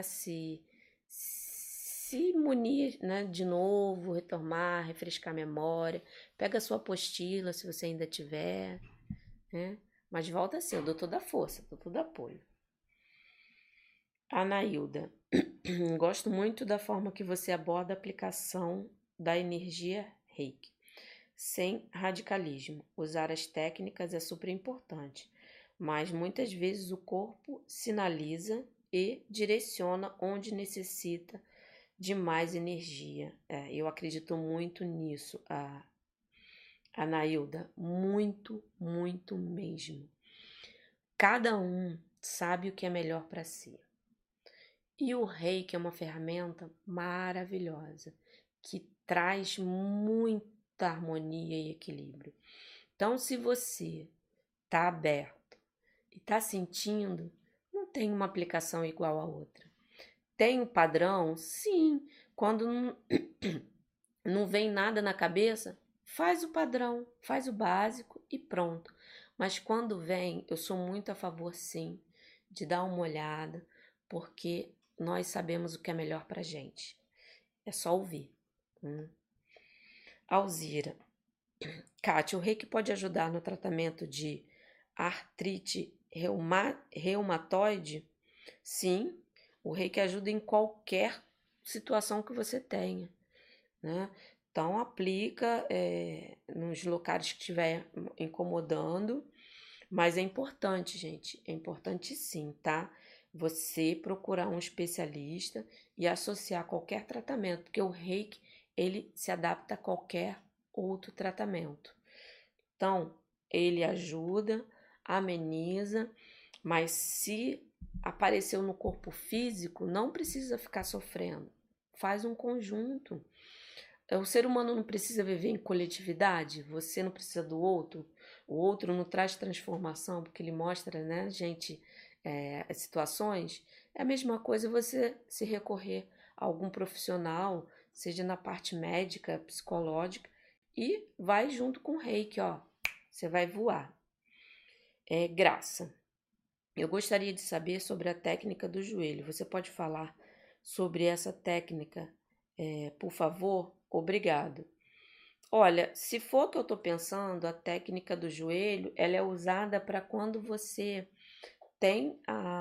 se munir, né, de novo, retomar, refrescar a memória. Pega a sua apostila, se você ainda tiver, né? Mas volta assim, eu dou toda a força, dou todo apoio. Anailda, gosto muito da forma que você aborda a aplicação da energia Reiki, sem radicalismo. Usar as técnicas é super importante, mas muitas vezes o corpo sinaliza e direciona onde necessita de mais energia. Eu acredito muito nisso. Anailda, muito, muito mesmo. Cada um sabe o que é melhor para si. E o reiki é uma ferramenta maravilhosa que traz muita harmonia e equilíbrio. Então, se você está aberto e está sentindo, não tem uma aplicação igual a outra. Tem o padrão? Sim. Quando não vem nada na cabeça, faz o padrão, faz o básico e pronto. Mas quando vem, eu sou muito a favor, sim, de dar uma olhada, porque nós sabemos o que é melhor pra gente. É só ouvir. Alzira. Kátia, o reiki pode ajudar no tratamento de artrite reumatoide? Sim, o reiki ajuda em qualquer situação que você tenha, né? Então, aplica nos locais que estiver incomodando, mas é importante, gente, é importante sim, tá? Você procurar um especialista e associar qualquer tratamento, porque o reiki, ele se adapta a qualquer outro tratamento. Então, ele ajuda, ameniza, mas se apareceu no corpo físico, não precisa ficar sofrendo. Faz um conjunto. O ser humano não precisa viver em coletividade, você não precisa do outro, o outro não traz transformação, porque ele mostra, né, gente, as situações. É a mesma coisa você se recorrer a algum profissional, seja na parte médica, psicológica, e vai junto com o reiki, ó, você vai voar. Graça. Eu gostaria de saber sobre a técnica do joelho. Você pode falar sobre essa técnica, por favor? Obrigado. Olha, se for o que eu estou pensando, a técnica do joelho, ela é usada para quando você tem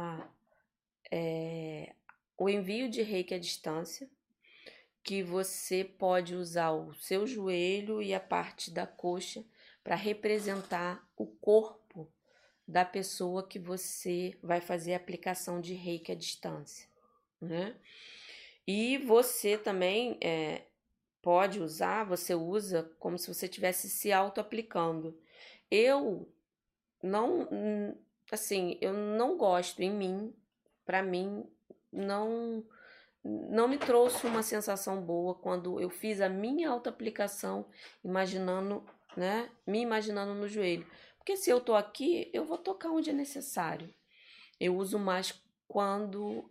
o envio de reiki à distância, que você pode usar o seu joelho e a parte da coxa para representar o corpo da pessoa que você vai fazer a aplicação de reiki à distância, né? E você também pode usar, você usa como se você estivesse se auto-aplicando. Eu não, assim, eu não gosto em mim, para mim, não, não me trouxe uma sensação boa quando eu fiz a minha auto-aplicação, imaginando, né, me imaginando no joelho. Porque se eu tô aqui, eu vou tocar onde é necessário. Eu uso mais quando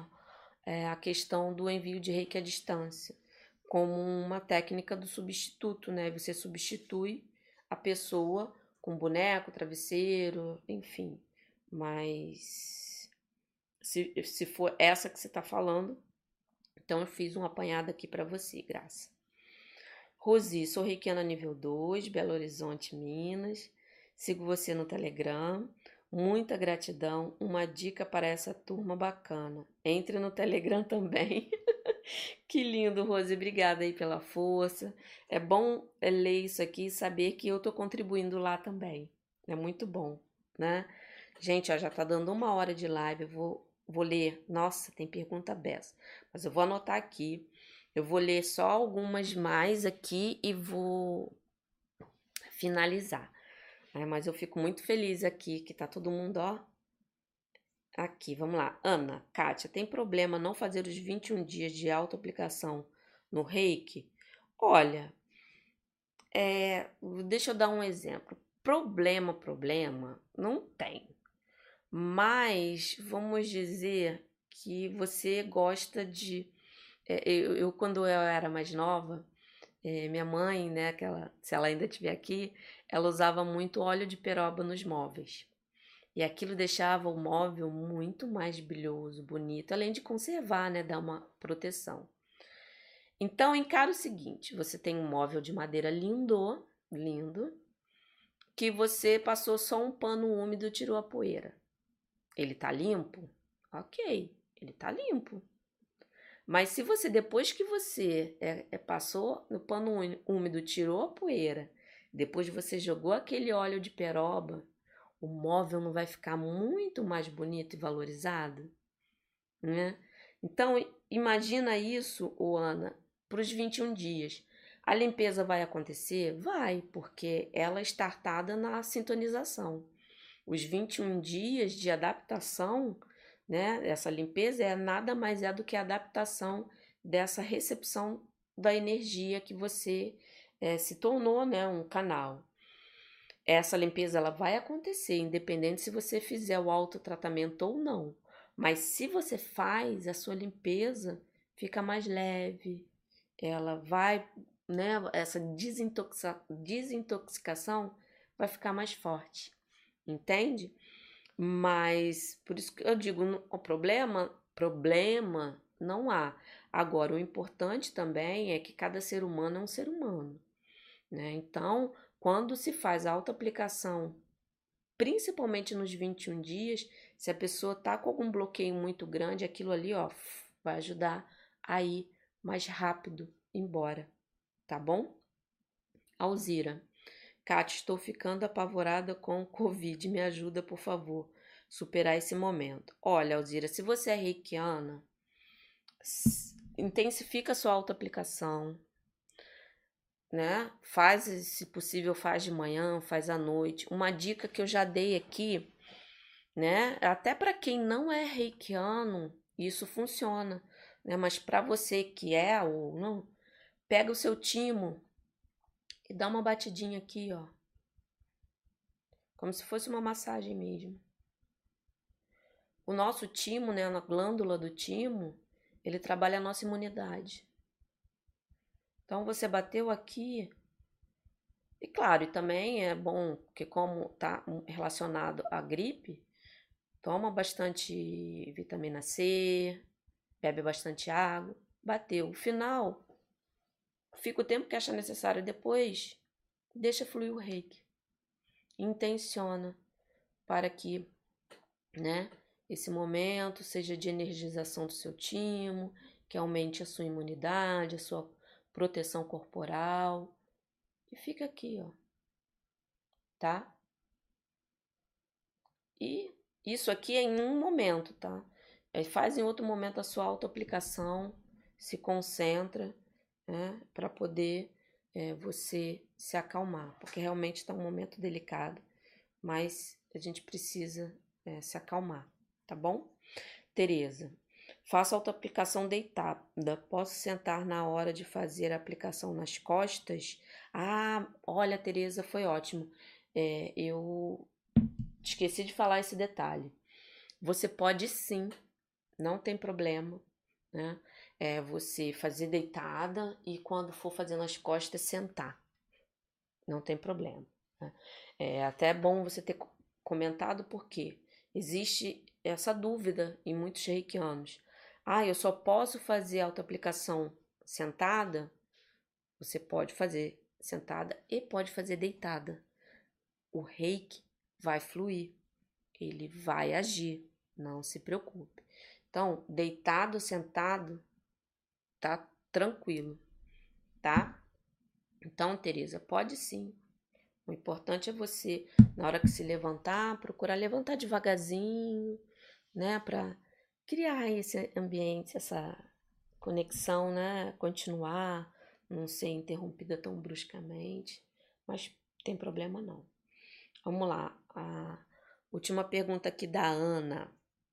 a questão do envio de reiki à distância, como uma técnica do substituto, né? Você substitui a pessoa com boneco, travesseiro, enfim. Mas se for essa que você está falando, então eu fiz um apanhado aqui para você, Graça. Rosi, sou reikiana nível 2, Belo Horizonte, Minas. Sigo você no Telegram. Muita gratidão. Uma dica para essa turma bacana. Entre no Telegram também. Que lindo, Rose. Obrigada aí pela força. É bom ler isso aqui e saber que eu tô contribuindo lá também. É muito bom, né? Gente, ó, já tá dando 1 hora de live. Eu vou ler. Nossa, tem pergunta beça. Mas eu vou anotar aqui. Eu vou ler só algumas mais aqui e vou finalizar. Mas eu fico muito feliz aqui que tá todo mundo, ó. Aqui, vamos lá. Ana, Kátia, tem problema não fazer os 21 dias de auto-aplicação no Reiki? Olha, deixa eu dar um exemplo. Problema, não tem. Mas vamos dizer que você gosta de. Quando eu era mais nova, minha mãe, né, se ela ainda estiver aqui, ela usava muito óleo de peroba nos móveis. E aquilo deixava o móvel muito mais brilhoso, bonito, além de conservar, né, dar uma proteção. Então, encara o seguinte, você tem um móvel de madeira lindo, que você passou só um pano úmido e tirou a poeira. Ele tá limpo? Ok, ele tá limpo. Mas se você, depois que você passou no pano úmido, tirou a poeira, depois você jogou aquele óleo de peroba, o móvel não vai ficar muito mais bonito e valorizado, né? Então, imagina isso, Ana, para os 21 dias. A limpeza vai acontecer? Vai, porque ela é startada na sintonização. Os 21 dias de adaptação, né? Essa limpeza nada mais é do que a adaptação dessa recepção da energia que você se tornou, né? Um canal. Essa limpeza ela vai acontecer, independente se você fizer o autotratamento ou não. Mas se você faz, a sua limpeza fica mais leve, ela vai, né? Essa desintoxicação vai ficar mais forte, entende? Mas por isso que eu digo, o problema não há. Agora, o importante também é que cada ser humano é um ser humano, né? Então, quando se faz a autoaplicação, principalmente nos 21 dias, se a pessoa tá com algum bloqueio muito grande, aquilo ali, ó, vai ajudar a ir mais rápido embora, tá bom? Alzira, Kátia, estou ficando apavorada com o Covid, me ajuda, por favor, superar esse momento. Olha, Alzira, se você é reikiana, intensifica a sua autoaplicação, né? Faz, se possível, faz de manhã, faz à noite. Uma dica que eu já dei aqui, né? Até para quem não é reikiano, isso funciona, né? Mas para você que é ou não, pega o seu timo e dá uma batidinha aqui, ó, como se fosse uma massagem mesmo. O nosso timo, né, na glândula do timo, ele trabalha a nossa imunidade. Então você bateu aqui, e claro, e também é bom que como tá relacionado à gripe, toma bastante vitamina C, bebe bastante água. Bateu. No final, fica o tempo que achar necessário. Depois, deixa fluir o reiki. Intenciona para que, né, esse momento seja de energização do seu timo, que aumente a sua imunidade, a sua proteção corporal. E fica aqui, ó, tá? E isso aqui é em um momento, tá? Faz em outro momento a sua autoaplicação, se concentra, né, para poder você se acalmar, porque realmente está um momento delicado, mas a gente precisa se acalmar, tá bom? Tereza, faço autoaplicação deitada, posso sentar na hora de fazer a aplicação nas costas? Ah, olha, Tereza, foi ótimo. Eu esqueci de falar esse detalhe. Você pode sim, não tem problema, né? Você fazer deitada e quando for fazer nas costas, sentar. Não tem problema, né? É até bom você ter comentado porque existe essa dúvida em muitos reikianos. Ah, eu só posso fazer autoaplicação sentada? Você pode fazer sentada e pode fazer deitada. O reiki vai fluir, ele vai agir, não se preocupe. Então, deitado, sentado, tá tranquilo, tá? Então, Tereza, pode sim. O importante é você, na hora que se levantar, procurar levantar devagarzinho, né? Para criar esse ambiente, essa conexão, né? Continuar, não ser interrompida tão bruscamente. Mas tem problema não. Vamos lá. A última pergunta aqui da Ana.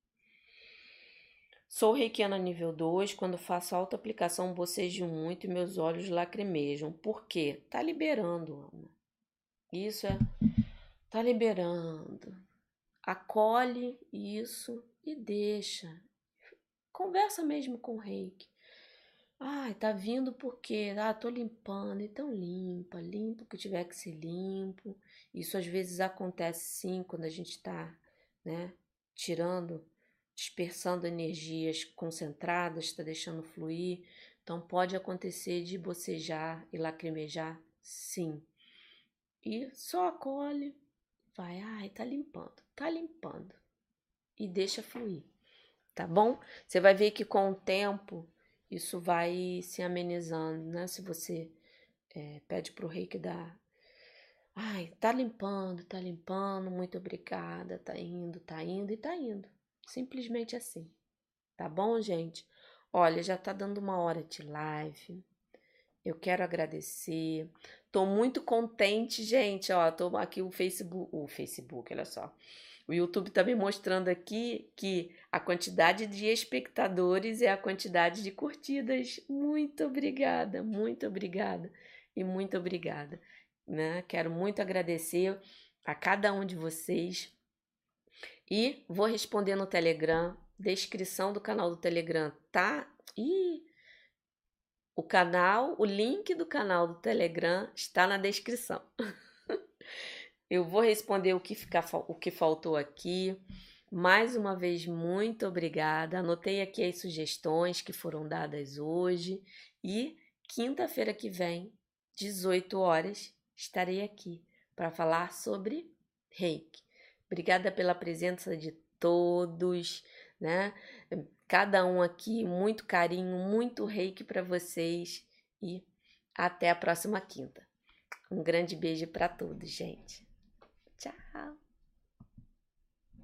Sou reikiana nível 2, quando faço autoaplicação bocejo muito e meus olhos lacrimejam. Por quê? Tá liberando, Ana. Isso tá liberando. Acolhe isso e deixa. Conversa mesmo com o reiki. Ai, tá vindo porque, tô limpando, então limpa o que tiver que ser limpo. Isso às vezes acontece sim quando a gente tá, né, tirando, dispersando energias concentradas, tá deixando fluir. Então pode acontecer de bocejar e lacrimejar, sim. E só acolhe, vai, ai, tá limpando. E deixa fluir, tá bom? Você vai ver que com o tempo isso vai se amenizando, né? Se você pede pro reiki dar, ai, tá limpando, muito obrigada, tá indo e tá indo. Simplesmente assim, tá bom, gente? Olha, já tá dando 1 hora de live. Eu quero agradecer. Tô muito contente, gente. Ó, tô aqui o Facebook, olha só. O YouTube tá me mostrando aqui que a quantidade de espectadores é a quantidade de curtidas. Muito obrigada e muito obrigada, né? Quero muito agradecer a cada um de vocês e vou responder no Telegram. Descrição do canal do Telegram tá. Ih, o link do canal do Telegram está na descrição. Eu vou responder o que faltou aqui. Mais uma vez, muito obrigada. Anotei aqui as sugestões que foram dadas hoje. E quinta-feira que vem, 18 horas, estarei aqui para falar sobre Reiki. Obrigada pela presença de todos, né? Cada um aqui, muito carinho, muito Reiki para vocês. E até a próxima quinta. Um grande beijo para todos, gente. Tchau!